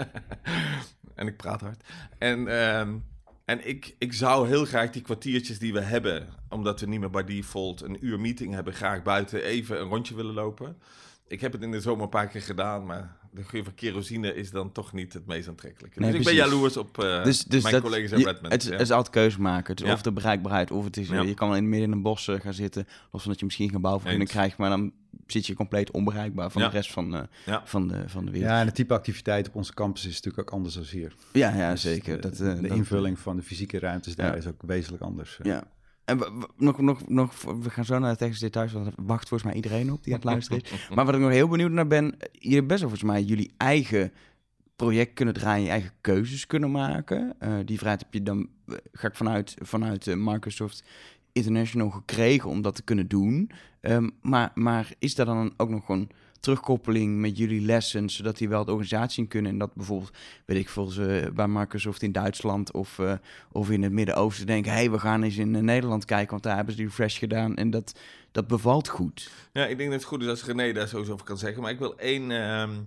Speaker 3: en ik praat hard. En, um, en ik, ik zou heel graag die kwartiertjes die we hebben, omdat we niet meer bij default een uur meeting hebben, graag buiten even een rondje willen lopen. Ik heb het in de zomer een paar keer gedaan, maar de geur van kerosine is dan toch niet het meest aantrekkelijke.
Speaker 1: Nee,
Speaker 3: dus ik ben
Speaker 1: precies.
Speaker 3: jaloers op uh,
Speaker 1: Dus, dus
Speaker 3: mijn
Speaker 1: dat,
Speaker 3: collega's in
Speaker 1: je,
Speaker 3: Redmond.
Speaker 1: het,
Speaker 3: ja.
Speaker 1: het is altijd keuze maken. Het is
Speaker 3: Ja.
Speaker 1: of de bereikbaarheid, of het is...
Speaker 3: Ja.
Speaker 1: Je kan wel in het midden in een bos uh, gaan zitten, los van dat je misschien geen bouwvergunning
Speaker 3: Eens.
Speaker 1: krijgt, maar dan zit je compleet onbereikbaar van
Speaker 3: Ja.
Speaker 1: de rest van, uh,
Speaker 3: Ja.
Speaker 1: van, de, van de wereld.
Speaker 2: Ja, en het type activiteit op onze campus is natuurlijk ook anders dan hier.
Speaker 1: Ja, ja,
Speaker 2: Dus
Speaker 1: zeker.
Speaker 2: De,
Speaker 1: Dat,
Speaker 2: de,
Speaker 1: uh,
Speaker 2: de
Speaker 1: dat,
Speaker 2: invulling van de fysieke ruimtes daar
Speaker 1: Ja.
Speaker 2: is ook wezenlijk anders.
Speaker 1: Ja. En we, we, nog, nog, nog, we gaan zo naar de technische details, want er wacht volgens mij iedereen op die aan het luisteren is. Maar wat ik nog heel benieuwd naar ben, je hebt best wel volgens mij jullie eigen project kunnen draaien, je eigen keuzes kunnen maken. Uh, die vrijheid heb je dan, uh, ga ik vanuit, vanuit uh, Microsoft International gekregen om dat te kunnen doen. Um, maar, maar is daar dan ook nog een terugkoppeling met jullie lessons, zodat die wel de organisatie in kunnen en dat bijvoorbeeld, weet ik veel, ze bij Microsoft in Duitsland of, uh, of in het Midden-Oosten denken, hé, hey, we gaan eens in uh, Nederland kijken, want daar hebben ze die refresh gedaan en dat, dat bevalt goed.
Speaker 3: Ja, ik denk dat het goed is als René daar sowieso over kan zeggen, maar ik wil één... Um...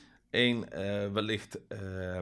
Speaker 3: één uh, wellicht uh,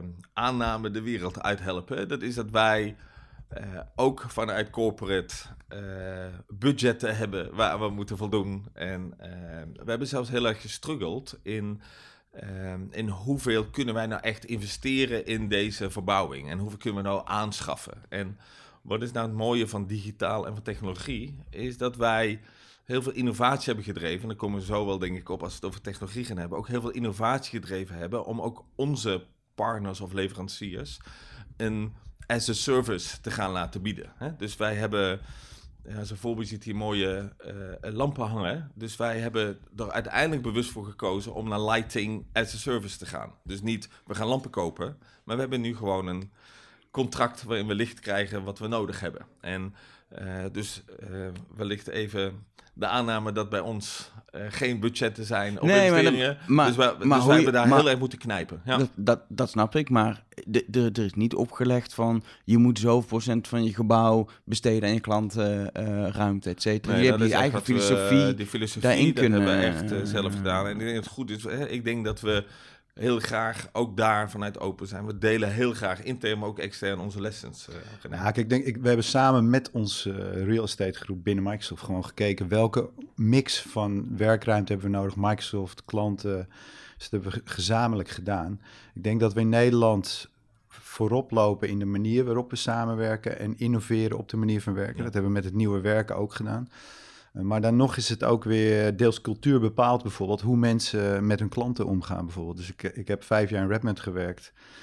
Speaker 3: aanname de wereld uithelpen. Dat is dat wij uh, ook vanuit corporate uh, budgetten hebben waar we moeten voldoen. En uh, we hebben zelfs heel erg gestruggeld in, uh, in hoeveel kunnen wij nou echt investeren in deze verbouwing. En hoeveel kunnen we nou aanschaffen. En wat is nou het mooie van digitaal en van technologie, is dat wij heel veel innovatie hebben gedreven. En daar komen we zo wel, denk ik, op als we het over technologie gaan hebben. Ook heel veel innovatie gedreven hebben om ook onze partners of leveranciers een as a service te gaan laten bieden. Hè? Dus wij hebben, ja, als een voorbeeld ziet hier mooie uh, lampen hangen. Dus wij hebben er uiteindelijk bewust voor gekozen om naar lighting as a service te gaan. Dus niet, we gaan lampen kopen, maar we hebben nu gewoon een contract waarin we licht krijgen wat we nodig hebben. En uh, dus uh, wellicht even de aanname dat bij ons uh, geen budgetten zijn of
Speaker 1: Nee, maar
Speaker 3: investeringen.
Speaker 1: dan- maar-
Speaker 3: dus wij,
Speaker 1: maar
Speaker 3: dus
Speaker 1: hoe
Speaker 3: wij
Speaker 1: je-
Speaker 3: hebben daar
Speaker 1: maar-
Speaker 3: heel erg moeten knijpen. Ja.
Speaker 1: Dat, dat, dat snap ik, maar de, de, er is niet opgelegd van je moet zoveel procent van je gebouw besteden aan je klantenruimte, uh, et cetera.
Speaker 3: Nee,
Speaker 1: je
Speaker 3: dat
Speaker 1: hebt je
Speaker 3: is
Speaker 1: eigen
Speaker 3: echt wat we-
Speaker 1: filosofie.
Speaker 3: die filosofie,
Speaker 1: daarin
Speaker 3: dat
Speaker 1: kunnen,
Speaker 3: hebben we echt uh,
Speaker 1: uh,
Speaker 3: zelf gedaan. En ik denk dat het goed is. Hè, ik denk dat we heel graag ook daar vanuit open zijn. We delen heel graag intern, maar ook extern onze lessons. Uh,
Speaker 2: Nou, kijk, ik denk, ik, we hebben samen met onze uh, real estate groep binnen Microsoft gewoon gekeken welke mix van werkruimte hebben we nodig. Microsoft, klanten, dus dat hebben we gezamenlijk gedaan. Ik denk dat we in Nederland voorop lopen in de manier waarop we samenwerken en innoveren op de manier van werken.
Speaker 3: Ja.
Speaker 2: Dat hebben we met het nieuwe werken ook gedaan. Uh, maar dan nog is het ook weer deels cultuur bepaald, bijvoorbeeld hoe mensen met hun klanten omgaan bijvoorbeeld. Dus ik, ik heb vijf jaar in Redmond gewerkt.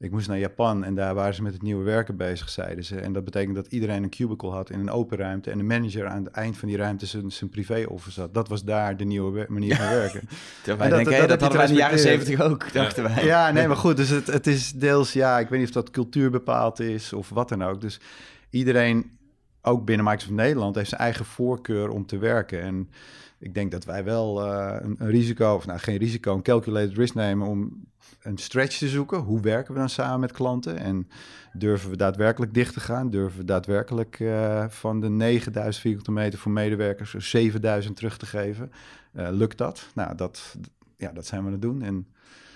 Speaker 2: Ik moest naar Japan en daar waren ze met het nieuwe werken bezig, zeiden ze. En dat betekent dat iedereen een cubicle had in een open ruimte en de manager aan het eind van die ruimte zijn, zijn privé-office had. Dat was daar de nieuwe we- manier van werken.
Speaker 1: Wij
Speaker 2: dat-
Speaker 1: denken,
Speaker 2: dat
Speaker 1: dat,
Speaker 2: heb
Speaker 1: dat
Speaker 2: je
Speaker 1: hadden wij in de jaren
Speaker 2: te
Speaker 1: zeventig ook, dachten wij.
Speaker 2: Ja, nee, maar goed, dus het, het is deels, ja, ik weet niet of dat cultuur bepaald is of wat dan ook. Dus iedereen, ook binnen Microsoft Nederland, heeft zijn eigen voorkeur om te werken. En ik denk dat wij wel uh, een, een risico, of nou geen risico, een calculated risk nemen om een stretch te zoeken. Hoe werken we dan samen met klanten? En durven we daadwerkelijk dicht te gaan? Durven we daadwerkelijk uh, van de negenduizend vierkante meter voor medewerkers er zevenduizend terug te geven? Uh, lukt dat? Nou, dat, ja, dat zijn we aan het doen. En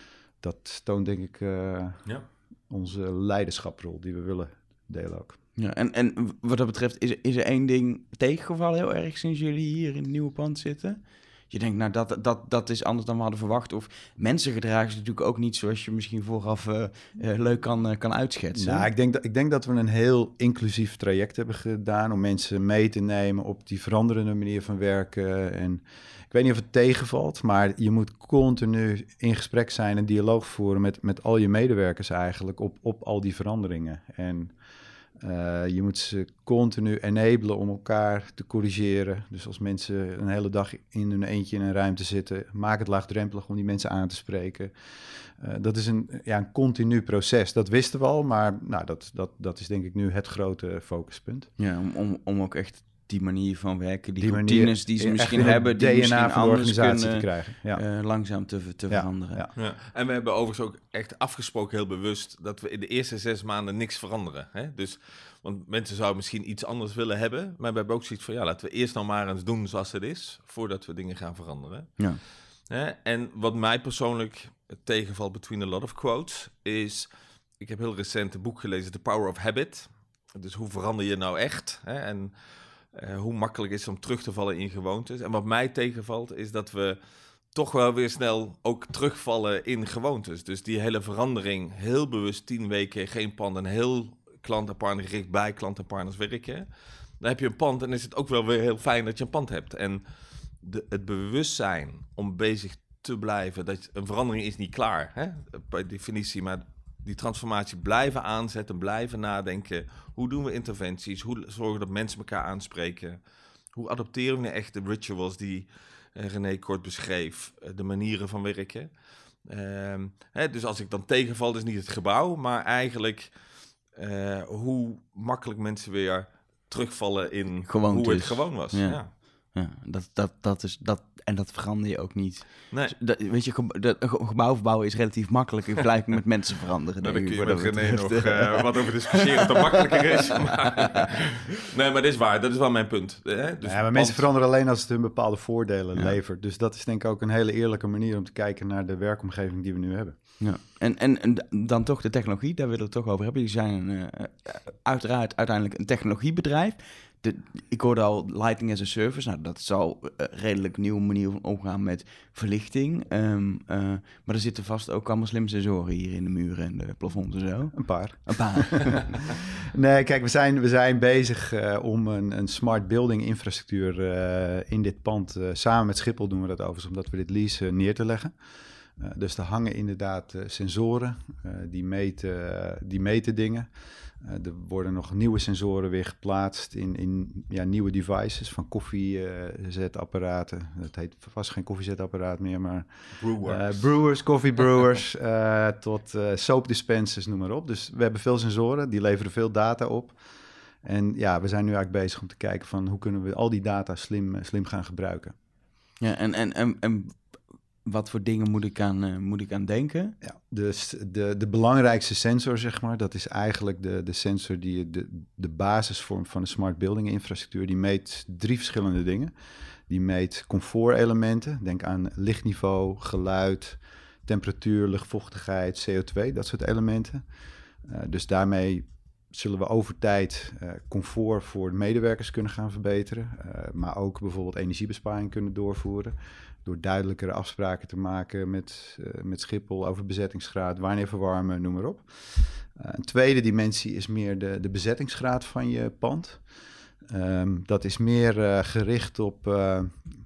Speaker 2: dat toont denk ik uh, ja. onze leiderschaprol die we willen delen ook.
Speaker 1: Ja, en, en wat dat betreft, is, is er één ding tegengevallen heel erg sinds jullie hier in het nieuwe pand zitten? Je denkt, nou, dat, dat, dat is anders dan we hadden verwacht. Of mensen gedragen ze natuurlijk ook niet zoals je misschien vooraf uh, uh, leuk kan, uh, kan uitschetsen.
Speaker 2: Nou, ik denk, dat, ik denk dat we een heel inclusief traject hebben gedaan om mensen mee te nemen op die veranderende manier van werken. En ik weet niet of het tegenvalt, maar je moet continu in gesprek zijn en dialoog voeren met, met al je medewerkers eigenlijk op, op al die veranderingen. En Uh, je moet ze continu enablen om elkaar te corrigeren. Dus als mensen een hele dag in hun eentje in een ruimte zitten, maak het laagdrempelig om die mensen aan te spreken. Uh, dat is een, ja, een continu proces. Dat wisten we al, maar nou, dat, dat, dat is denk ik nu het grote focuspunt.
Speaker 1: Ja, om, om, om ook echt die manier van werken, die,
Speaker 2: die
Speaker 1: routines
Speaker 2: manier,
Speaker 1: die ze misschien hebben, die
Speaker 2: D N A
Speaker 1: misschien
Speaker 2: van de
Speaker 1: anders
Speaker 2: organisatie
Speaker 1: kunnen,
Speaker 2: te krijgen. Ja.
Speaker 1: Uh, langzaam te, te
Speaker 2: ja,
Speaker 1: veranderen.
Speaker 2: Ja.
Speaker 3: Ja. En we hebben overigens ook echt afgesproken, heel bewust, dat we in de eerste zes maanden niks veranderen. Hè? Dus, want mensen zouden misschien iets anders willen hebben, maar we hebben ook zoiets van, ja, laten we eerst nou maar eens doen zoals het is, voordat we dingen gaan veranderen.
Speaker 1: Ja.
Speaker 3: Hè? En wat mij persoonlijk tegenvalt, between a lot of quotes, is, ik heb heel recent een boek gelezen, The Power of Habit. Dus hoe verander je nou echt? Hè? En Uh, hoe makkelijk is het om terug te vallen in gewoontes. En wat mij tegenvalt is dat we toch wel weer snel ook terugvallen in gewoontes. Dus die hele verandering, heel bewust tien weken geen pand en heel klant- en partnergericht bij klant en partners werken. Dan heb je een pand en is het ook wel weer heel fijn dat je een pand hebt. En de, het bewustzijn om bezig te blijven, dat een verandering is niet klaar, hè? Bij definitie, maar die transformatie blijven aanzetten, blijven nadenken. Hoe doen we interventies? Hoe zorgen dat mensen elkaar aanspreken? Hoe adopteren we echt de rituals die uh, René kort beschreef? Uh, de manieren van werken. Uh, hè, dus als ik dan tegenval, is niet het gebouw, maar eigenlijk uh, hoe makkelijk mensen weer terugvallen in
Speaker 1: Gewoontes.
Speaker 3: Hoe het gewoon was.
Speaker 1: Ja.
Speaker 3: Ja.
Speaker 1: Ja, dat, dat, dat is, dat, en dat verander je ook niet.
Speaker 3: Nee.
Speaker 1: Dat, weet je, ge, dat, een gebouw verbouwen is relatief makkelijk in vergelijking met mensen veranderen.
Speaker 3: Nou, daar kun je
Speaker 1: wat
Speaker 3: met
Speaker 1: dat
Speaker 3: René nog
Speaker 1: betreft.
Speaker 3: uh, wat over discussiëren of dat makkelijker is. Maar, nee, maar dit is waar. Dat is wel mijn punt. Hè? Dus
Speaker 2: ja, maar mensen veranderen alleen als het hun bepaalde voordelen
Speaker 1: ja.
Speaker 2: levert. Dus dat is denk ik ook een hele eerlijke manier om te kijken naar de werkomgeving die we nu hebben.
Speaker 1: Ja. En, en, en dan toch de technologie, daar willen we het toch over hebben. Jullie zijn uh, uiteraard uiteindelijk een technologiebedrijf. De, ik hoorde al Lighting as a Service. Nou, dat is al een redelijk nieuwe manier van omgaan met verlichting. Um, uh, maar er zitten vast ook allemaal slimme sensoren hier in de muren en de plafonds en zo.
Speaker 2: Een paar.
Speaker 1: Een paar.
Speaker 2: Nee, kijk, we zijn, we zijn bezig uh, om een, een smart building infrastructuur uh, in dit pand, uh, samen met Schiphol doen we dat overigens, omdat we dit leasen, uh, neer te leggen. Uh, dus er hangen inderdaad uh, sensoren, uh, die, meten, uh, die meten dingen. Uh, er worden nog nieuwe sensoren weer geplaatst in, in ja, nieuwe devices, van koffiezetapparaten. Uh, het heet vast geen koffiezetapparaat meer, maar
Speaker 3: Brewers,
Speaker 2: uh, brewers coffee brewers, uh, tot uh, soap dispensers, noem maar op. Dus we hebben veel sensoren, die leveren veel data op. En ja, we zijn nu eigenlijk bezig om te kijken van hoe kunnen we al die data slim, slim gaan gebruiken.
Speaker 1: Ja, en, en, en, en wat voor dingen moet ik aan, uh, moet ik aan denken?
Speaker 2: Ja, dus de, de belangrijkste sensor, zeg maar, dat is eigenlijk de, de sensor die de, de basis vormt van de smart building infrastructuur. Die meet drie verschillende dingen. Die meet comfortelementen. Denk aan lichtniveau, geluid, temperatuur, luchtvochtigheid, C O twee, dat soort elementen. Uh, dus daarmee zullen we over tijd uh, comfort voor de medewerkers kunnen gaan verbeteren. Uh, maar ook bijvoorbeeld energiebesparing kunnen doorvoeren. Door duidelijkere afspraken te maken met, uh, met Schiphol over bezettingsgraad, wanneer verwarmen, noem maar op. Uh, een tweede dimensie is meer de, de bezettingsgraad van je pand. Um, dat is meer uh, gericht op uh,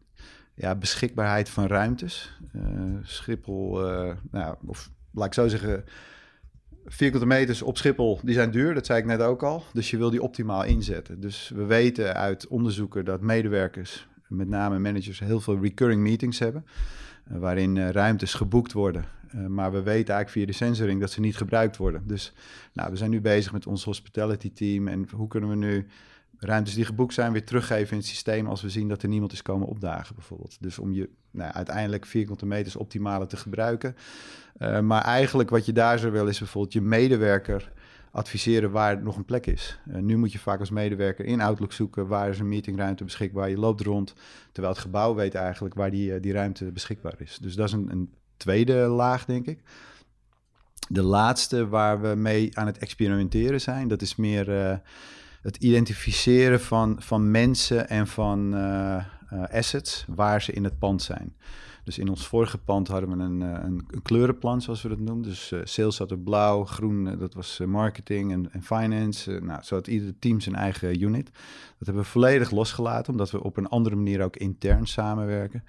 Speaker 2: ja, beschikbaarheid van ruimtes. Uh, Schiphol, uh, nou, of laat ik zo zeggen, vierkante meters op Schiphol, die zijn duur, dat zei ik net ook al. Dus je wil die optimaal inzetten. Dus we weten uit onderzoeken dat medewerkers, met name managers, heel veel recurring meetings hebben. Uh, waarin uh, ruimtes geboekt worden. Uh, maar we weten eigenlijk via de sensoring dat ze niet gebruikt worden. Dus nou, we zijn nu bezig met ons hospitality team. En hoe kunnen we nu ruimtes die geboekt zijn weer teruggeven in het systeem als we zien dat er niemand is komen opdagen bijvoorbeeld. Dus om je nou, uiteindelijk vierkante meters optimaler te gebruiken. Uh, maar eigenlijk wat je daar zo wil is bijvoorbeeld je medewerker adviseren waar nog een plek is. Uh, nu moet je vaak als medewerker in Outlook zoeken waar is een meetingruimte beschikbaar. Je loopt rond, terwijl het gebouw weet eigenlijk waar die, die ruimte beschikbaar is. Dus dat is een, een tweede laag, denk ik. De laatste waar we mee aan het experimenteren zijn, dat is meer uh, het identificeren van, van mensen en van uh, uh, assets waar ze in het pand zijn. Dus in ons vorige pand hadden we een, een, een kleurenplan, zoals we dat noemen. Dus uh, sales zat op blauw, groen, uh, dat was uh, marketing en, en finance. Uh, nou, zo had ieder team zijn eigen unit. Dat hebben we volledig losgelaten, omdat we op een andere manier ook intern samenwerken.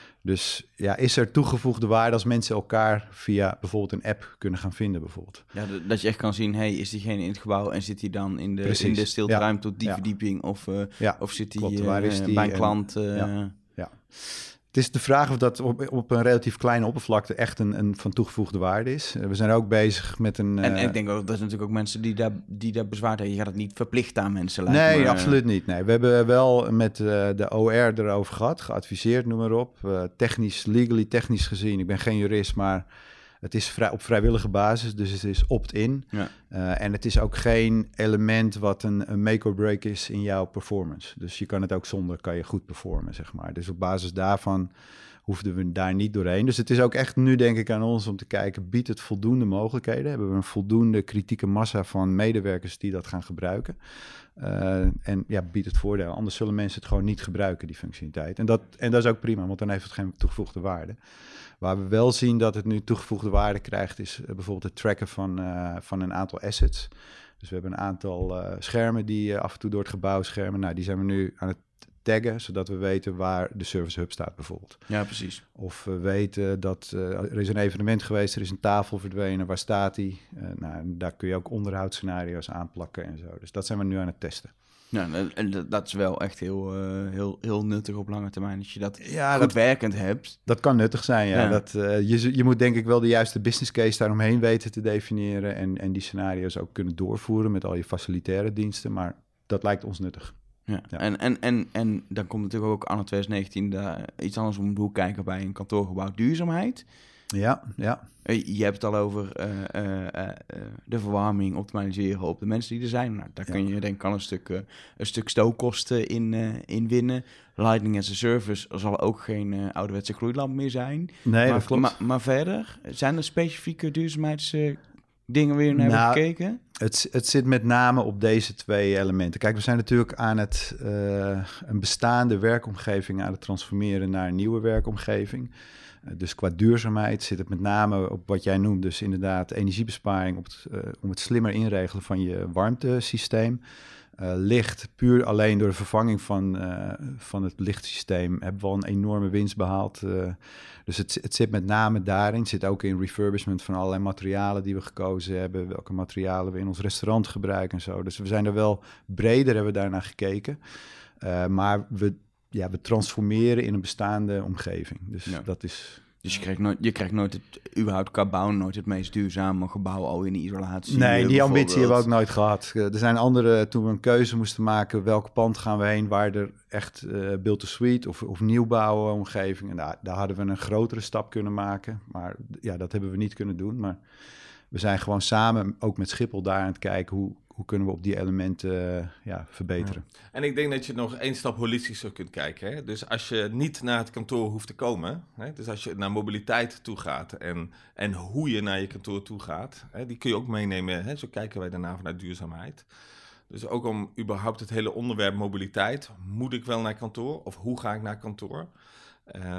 Speaker 2: Dus ja, is er toegevoegde waarde als mensen elkaar via bijvoorbeeld een app kunnen gaan vinden bijvoorbeeld?
Speaker 1: Ja, dat je echt kan zien, hey, is diegene in het gebouw en zit hij dan in de, in de stilteruimte tot die ja. verdieping? Of, uh, ja. of zit hij uh, bij een klant? Uh,
Speaker 2: ja. ja. Het is de vraag of dat op, op een relatief kleine oppervlakte echt een, een van toegevoegde waarde is. We zijn ook bezig met een...
Speaker 1: En, uh, en ik denk ook, dat er natuurlijk ook mensen die daar, die daar bezwaar hebben. Je gaat het niet verplicht aan mensen laten.
Speaker 2: Nee,
Speaker 1: maar,
Speaker 2: absoluut niet. Nee. We hebben wel met uh, de O R erover gehad, geadviseerd, noem maar op. Uh, technisch, legally technisch gezien, ik ben geen jurist, maar het is vrij, op vrijwillige basis, dus het is opt-in. Ja. Uh, en het is ook geen element wat een, een make or break is in jouw performance. Dus je kan het ook zonder, kan je goed performen, zeg maar. Dus op basis daarvan hoefden we daar niet doorheen. Dus het is ook echt nu, denk ik, aan ons om te kijken, biedt het voldoende mogelijkheden? Hebben we een voldoende kritieke massa van medewerkers die dat gaan gebruiken? Uh, en ja, biedt het voordeel. Anders zullen mensen het gewoon niet gebruiken, die functionaliteit. En dat, en dat is ook prima, want dan heeft het geen toegevoegde waarde. Waar we wel zien dat het nu toegevoegde waarde krijgt, is uh, bijvoorbeeld het tracken van, uh, van een aantal assets. Dus we hebben een aantal uh, schermen die uh, af en toe door het gebouw schermen. Nou, die zijn we nu aan het taggen, zodat we weten waar de service hub staat bijvoorbeeld.
Speaker 1: Ja, precies.
Speaker 2: Of we weten dat uh, er is een evenement geweest, er is een tafel verdwenen, waar staat die? Uh, nou, daar kun je ook onderhoudsscenario's aanplakken en zo. Dus dat zijn we nu aan het testen.
Speaker 1: Ja, en dat is wel echt heel, uh, heel, heel nuttig op lange termijn. Als je dat ja, goed
Speaker 2: dat,
Speaker 1: werkend hebt.
Speaker 2: Dat kan nuttig zijn, ja. ja. Dat, uh, je, je moet denk ik wel de juiste business case daaromheen weten te definiëren. En, en die scenario's ook kunnen doorvoeren met al je facilitaire diensten. Maar dat lijkt ons nuttig.
Speaker 1: Ja, ja. En, en, en, en dan komt natuurlijk ook anno twintig negentien daar iets anders om de hoek kijken bij een kantoorgebouw duurzaamheid.
Speaker 2: Ja, ja.
Speaker 1: Je hebt het al over uh, uh, uh, de verwarming optimaliseren op de mensen die er zijn. Nou, daar ja. kun je denk ik al een stuk, uh, een stuk stookkosten in, uh, in winnen. Lightning as a Service zal ook geen uh, ouderwetse gloeilamp meer zijn.
Speaker 2: Nee,
Speaker 1: maar,
Speaker 2: dat klopt.
Speaker 1: Maar, maar verder, zijn er specifieke duurzaamheidsdingen uh, weer naar nou, gekeken?
Speaker 2: Het, het zit met name op deze twee elementen. Kijk, we zijn natuurlijk aan het uh, een bestaande werkomgeving aan het transformeren naar een nieuwe werkomgeving. Dus qua duurzaamheid zit het met name op wat jij noemt, dus inderdaad energiebesparing op het, uh, om het slimmer inregelen van je warmtesysteem. Uh, licht, puur alleen door de vervanging van, uh, van het lichtsysteem hebben we al een enorme winst behaald. Uh, dus het, het zit met name daarin. Het zit ook in refurbishment van allerlei materialen die we gekozen hebben, welke materialen we in ons restaurant gebruiken en zo. Dus we zijn er wel breder, hebben we daarnaar gekeken. Uh, maar we Ja, we transformeren in een bestaande omgeving. Dus ja. dat is...
Speaker 1: Dus je krijgt nooit, je krijgt nooit het, überhaupt qua bouw, nooit het meest duurzame gebouw al in de isolatie.
Speaker 2: Nee, die ambitie hebben we ook nooit gehad. Er zijn andere, toen we een keuze moesten maken, welk pand gaan we heen, waar er echt uh, build-to-suite of, of nieuwbouwen omgeving. En daar, daar hadden we een grotere stap kunnen maken. Maar ja, dat hebben we niet kunnen doen. Maar we zijn gewoon samen, ook met Schiphol, daar aan het kijken hoe, hoe kunnen we op die elementen uh, ja, verbeteren.
Speaker 3: Ja. En ik denk dat je nog één stap holistischer kunt kijken. Hè? Dus als je niet naar het kantoor hoeft te komen, hè? Dus als je naar mobiliteit toe gaat en, en hoe je naar je kantoor toe gaat, hè? Die kun je ook meenemen. Hè? Zo kijken wij daarna vanuit duurzaamheid. Dus ook om überhaupt het hele onderwerp mobiliteit, moet ik wel naar kantoor of hoe ga ik naar kantoor? Uh,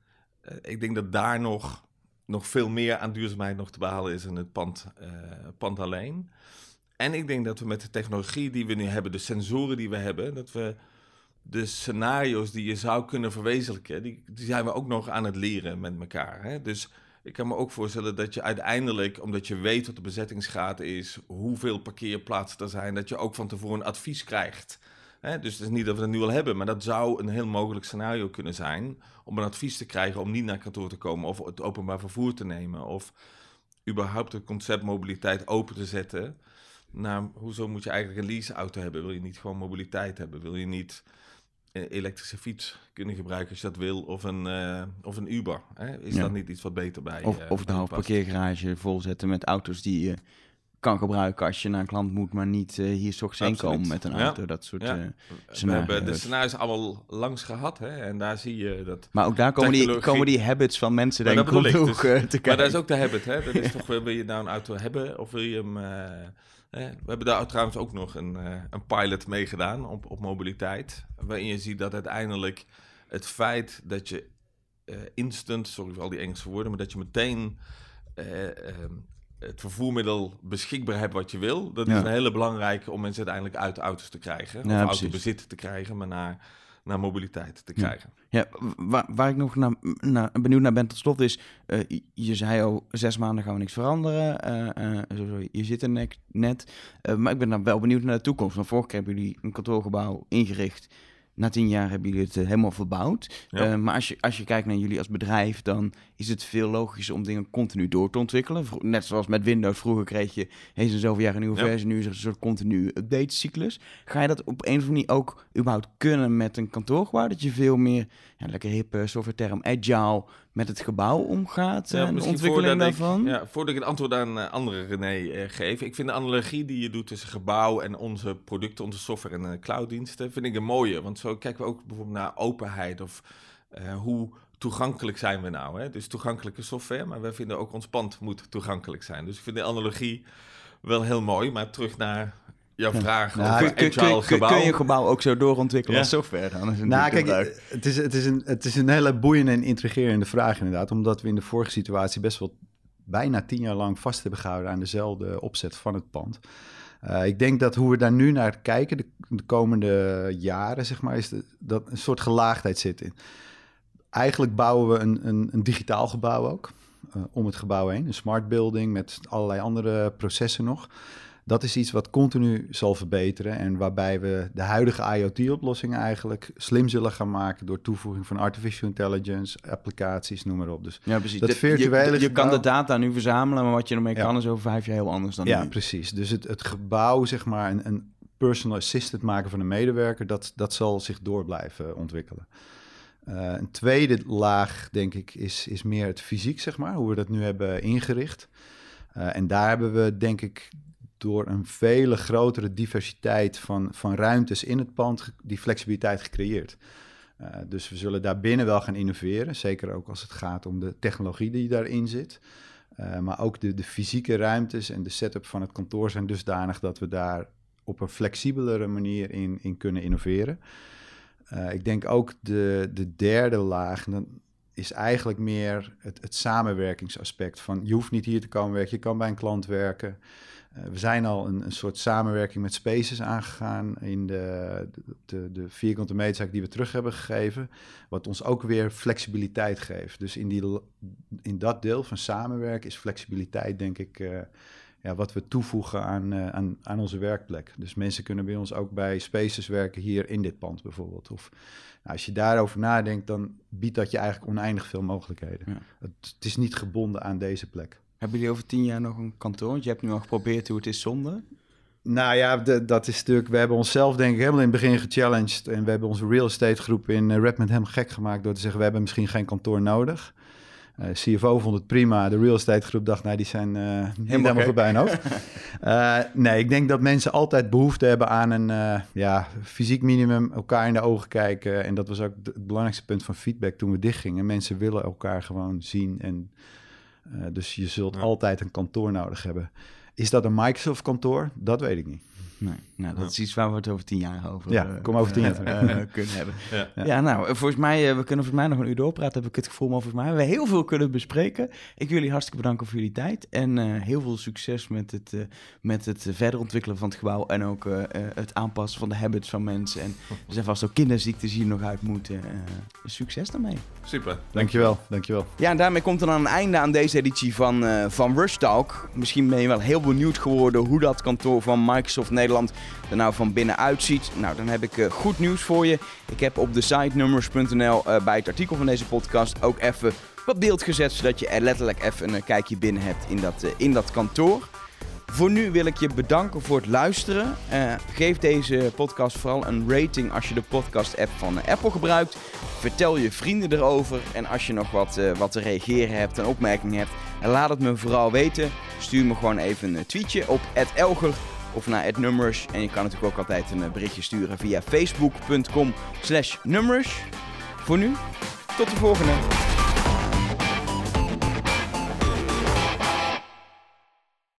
Speaker 3: ik denk dat daar nog... nog veel meer aan duurzaamheid nog te behalen is in het pand, uh, pand alleen. En ik denk dat we met de technologie die we nu hebben, de sensoren die we hebben, dat we de scenario's die je zou kunnen verwezenlijken, die, die zijn we ook nog aan het leren met elkaar. Hè? Dus ik kan me ook voorstellen dat je uiteindelijk, omdat je weet wat de bezettingsgraad is, hoeveel parkeerplaatsen er zijn, dat je ook van tevoren een advies krijgt. Hè? Dus het is niet dat we dat nu al hebben, maar dat zou een heel mogelijk scenario kunnen zijn om een advies te krijgen om niet naar kantoor te komen of het openbaar vervoer te nemen of überhaupt het concept mobiliteit open te zetten. Nou, hoezo moet je eigenlijk een leaseauto hebben? Wil je niet gewoon mobiliteit hebben? Wil je niet een elektrische fiets kunnen gebruiken als je dat wil? Of een, uh, of een Uber? Hè? Is ja. dat niet iets wat beter bij
Speaker 1: Of,
Speaker 3: uh,
Speaker 1: of de half parkeergarage volzetten met auto's die je kan gebruiken als je naar een klant moet, maar niet uh, hier 's ochtends heen komen met een auto. Ja. Dat soort
Speaker 3: ja.
Speaker 1: uh,
Speaker 3: We hebben de scenario's allemaal langs gehad. Hè? En daar zie je dat...
Speaker 1: Maar ook daar komen, die, komen die habits van mensen denk ik om
Speaker 3: dus,
Speaker 1: uh, te kijken.
Speaker 3: Maar dat is ook de habit. Hè? Dat is toch, wil je nou een auto hebben of wil je hem... Uh, hè? We hebben daar trouwens ook nog een, uh, een pilot mee gedaan op, op mobiliteit. Waarin je ziet dat uiteindelijk het feit dat je uh, instant... Sorry voor al die Engelse woorden, maar dat je meteen... Uh, uh, het vervoermiddel beschikbaar hebt wat je wil. Dat is ja. een hele belangrijke om mensen uiteindelijk uit auto's te krijgen. Ja, of autobezit te krijgen, maar naar, naar mobiliteit te krijgen.
Speaker 1: Ja, ja waar, waar ik nog naar, naar, benieuwd naar ben tot slot is... Uh, je zei al, zes maanden gaan we niks veranderen. Uh, uh, sorry, je zit er net. net uh, maar ik ben dan wel benieuwd naar de toekomst. Want vorige keer hebben jullie een kantoorgebouw ingericht... Na tien jaar hebben jullie het uh, helemaal verbouwd. Ja. Uh, maar als je, als je kijkt naar jullie als bedrijf, dan is het veel logischer om dingen continu door te ontwikkelen. Vro- net zoals met Windows. Vroeger kreeg je eens in zoveel jaar een nieuwe ja. versie. Nu is er een soort continu update-cyclus. Ga je dat op een of andere manier ook überhaupt kunnen met een kantoorgebouw? Dat je veel meer, ja, lekker hippe software-term, agile met het gebouw omgaat ja, en de ontwikkeling daarvan?
Speaker 3: Ik, ja, voordat ik het antwoord aan uh, andere René uh, geef. Ik vind de analogie die je doet tussen gebouw en onze producten, onze software en uh, clouddiensten, vind ik een mooie. Want zo kijken we ook bijvoorbeeld naar openheid of uh, hoe toegankelijk zijn we nou. Hè? Dus toegankelijke software, maar wij vinden ook ons pand moet toegankelijk zijn. Dus ik vind de analogie wel heel mooi, maar terug naar... jouw vraag
Speaker 1: ja.
Speaker 3: over
Speaker 1: kun,
Speaker 3: agile
Speaker 1: kun,
Speaker 3: gebouw.
Speaker 1: Kun je een gebouw ook zo doorontwikkelen
Speaker 3: ja.
Speaker 1: als software? Dan is het
Speaker 2: nou, kijk, het is, het, is een, het is een hele boeiende en intrigerende vraag inderdaad. Omdat we in de vorige situatie best wel bijna tien jaar lang vast hebben gehouden aan dezelfde opzet van het pand. Uh, ik denk dat hoe we daar nu naar kijken, de, de komende jaren, zeg maar, is de, dat een soort gelaagdheid zit in. Eigenlijk bouwen we een, een, een digitaal gebouw ook, uh, om het gebouw heen. Een smart building met allerlei andere processen nog. Dat is iets wat continu zal verbeteren en waarbij we de huidige IoT-oplossingen eigenlijk slim zullen gaan maken door toevoeging van artificial intelligence, applicaties, noem maar op. Dus
Speaker 1: ja, precies.
Speaker 2: Dat
Speaker 1: de,
Speaker 2: virtuele
Speaker 1: je, je
Speaker 2: gebouw...
Speaker 1: kan de data nu verzamelen, maar wat je ermee
Speaker 2: ja.
Speaker 1: kan is over vijf jaar heel anders dan
Speaker 2: ja,
Speaker 1: nu.
Speaker 2: Precies. Dus het, het gebouw, zeg maar, een, een personal assistant maken van een medewerker, dat, dat zal zich door blijven ontwikkelen. Uh, een tweede laag, denk ik, is, is meer het fysiek, zeg maar, hoe we dat nu hebben ingericht. Uh, en daar hebben we, denk ik, door een vele grotere diversiteit van, van ruimtes in het pand die flexibiliteit gecreëerd. Uh, dus we zullen daar binnen wel gaan innoveren, zeker ook als het gaat om de technologie die daarin zit. Uh, maar ook de, de fysieke ruimtes en de setup van het kantoor zijn dusdanig dat we daar op een flexibelere manier in, in kunnen innoveren. Uh, ik denk ook de, de derde laag, dan is eigenlijk meer het, het samenwerkingsaspect van je hoeft niet hier te komen werken, je kan bij een klant werken. Uh, we zijn al een, een soort samenwerking met Spaces aangegaan in de, de, de vierkante meterzaak die we terug hebben gegeven, wat ons ook weer flexibiliteit geeft. Dus in, die, in dat deel van samenwerken is flexibiliteit, denk ik, uh, ja, wat we toevoegen aan, uh, aan, aan onze werkplek. Dus mensen kunnen bij ons ook bij Spaces werken hier in dit pand bijvoorbeeld. Of nou, als je daarover nadenkt, dan biedt dat je eigenlijk oneindig veel mogelijkheden. Ja. Het, het is niet gebonden aan deze plek.
Speaker 1: Hebben jullie over tien jaar nog een kantoor? Want je hebt nu al geprobeerd hoe het is zonder.
Speaker 2: Nou ja, de, dat is natuurlijk... We hebben onszelf denk ik helemaal in het begin gechallenged. En we hebben onze real estate groep in uh, Redmond helemaal gek gemaakt door te zeggen, we hebben misschien geen kantoor nodig. Uh, C F O vond het prima. De real estate groep dacht, nou, die zijn uh, niet helemaal, helemaal voorbij in hoofd. uh, nee, ik denk dat mensen altijd behoefte hebben aan een uh, ja, fysiek minimum, elkaar in de ogen kijken. En dat was ook het belangrijkste punt van feedback toen we dichtgingen. Mensen willen elkaar gewoon zien. En, uh, dus je zult ja. altijd een kantoor nodig hebben. Is dat een Microsoft kantoor? Dat weet ik niet.
Speaker 1: Nee, nou, dat is iets waar we het over tien jaar over
Speaker 2: Ja,
Speaker 1: uh,
Speaker 2: kom over tien jaar
Speaker 1: uh, uh, kunnen hebben. Ja, ja. ja nou, volgens mij, uh, we kunnen volgens mij nog een uur doorpraten, heb ik het gevoel, maar volgens mij hebben we heel veel kunnen bespreken. Ik wil jullie hartstikke bedanken voor jullie tijd en uh, heel veel succes met het, uh, met het verder ontwikkelen van het gebouw en ook uh, uh, het aanpassen van de habits van mensen. En er zijn vast ook kinderziektes die er nog uit moeten. Uh, succes daarmee.
Speaker 3: Super.
Speaker 2: Dankjewel, dankjewel.
Speaker 1: Ja, en daarmee komt er dan een einde aan deze editie van, uh, van Rush Talk. Misschien ben je wel heel benieuwd geworden hoe dat kantoor van Microsoft Nederland er nou van binnen uitziet. Nou, dan heb ik uh, goed nieuws voor je. Ik heb op de site numbers punt n l uh, bij het artikel van deze podcast ook even wat beeld gezet, zodat je er letterlijk even een uh, kijkje binnen hebt in dat, uh, in dat kantoor. Voor nu wil ik je bedanken voor het luisteren. Uh, geef deze podcast vooral een rating als je de podcast-app van Apple gebruikt. Vertel je vrienden erover. En als je nog wat, uh, wat te reageren hebt en opmerkingen hebt, laat het me vooral weten. Stuur me gewoon even een tweetje op at elger of naar at numbers. En je kan natuurlijk ook altijd een berichtje sturen via facebook punt com slash numbers. Voor nu, tot de volgende.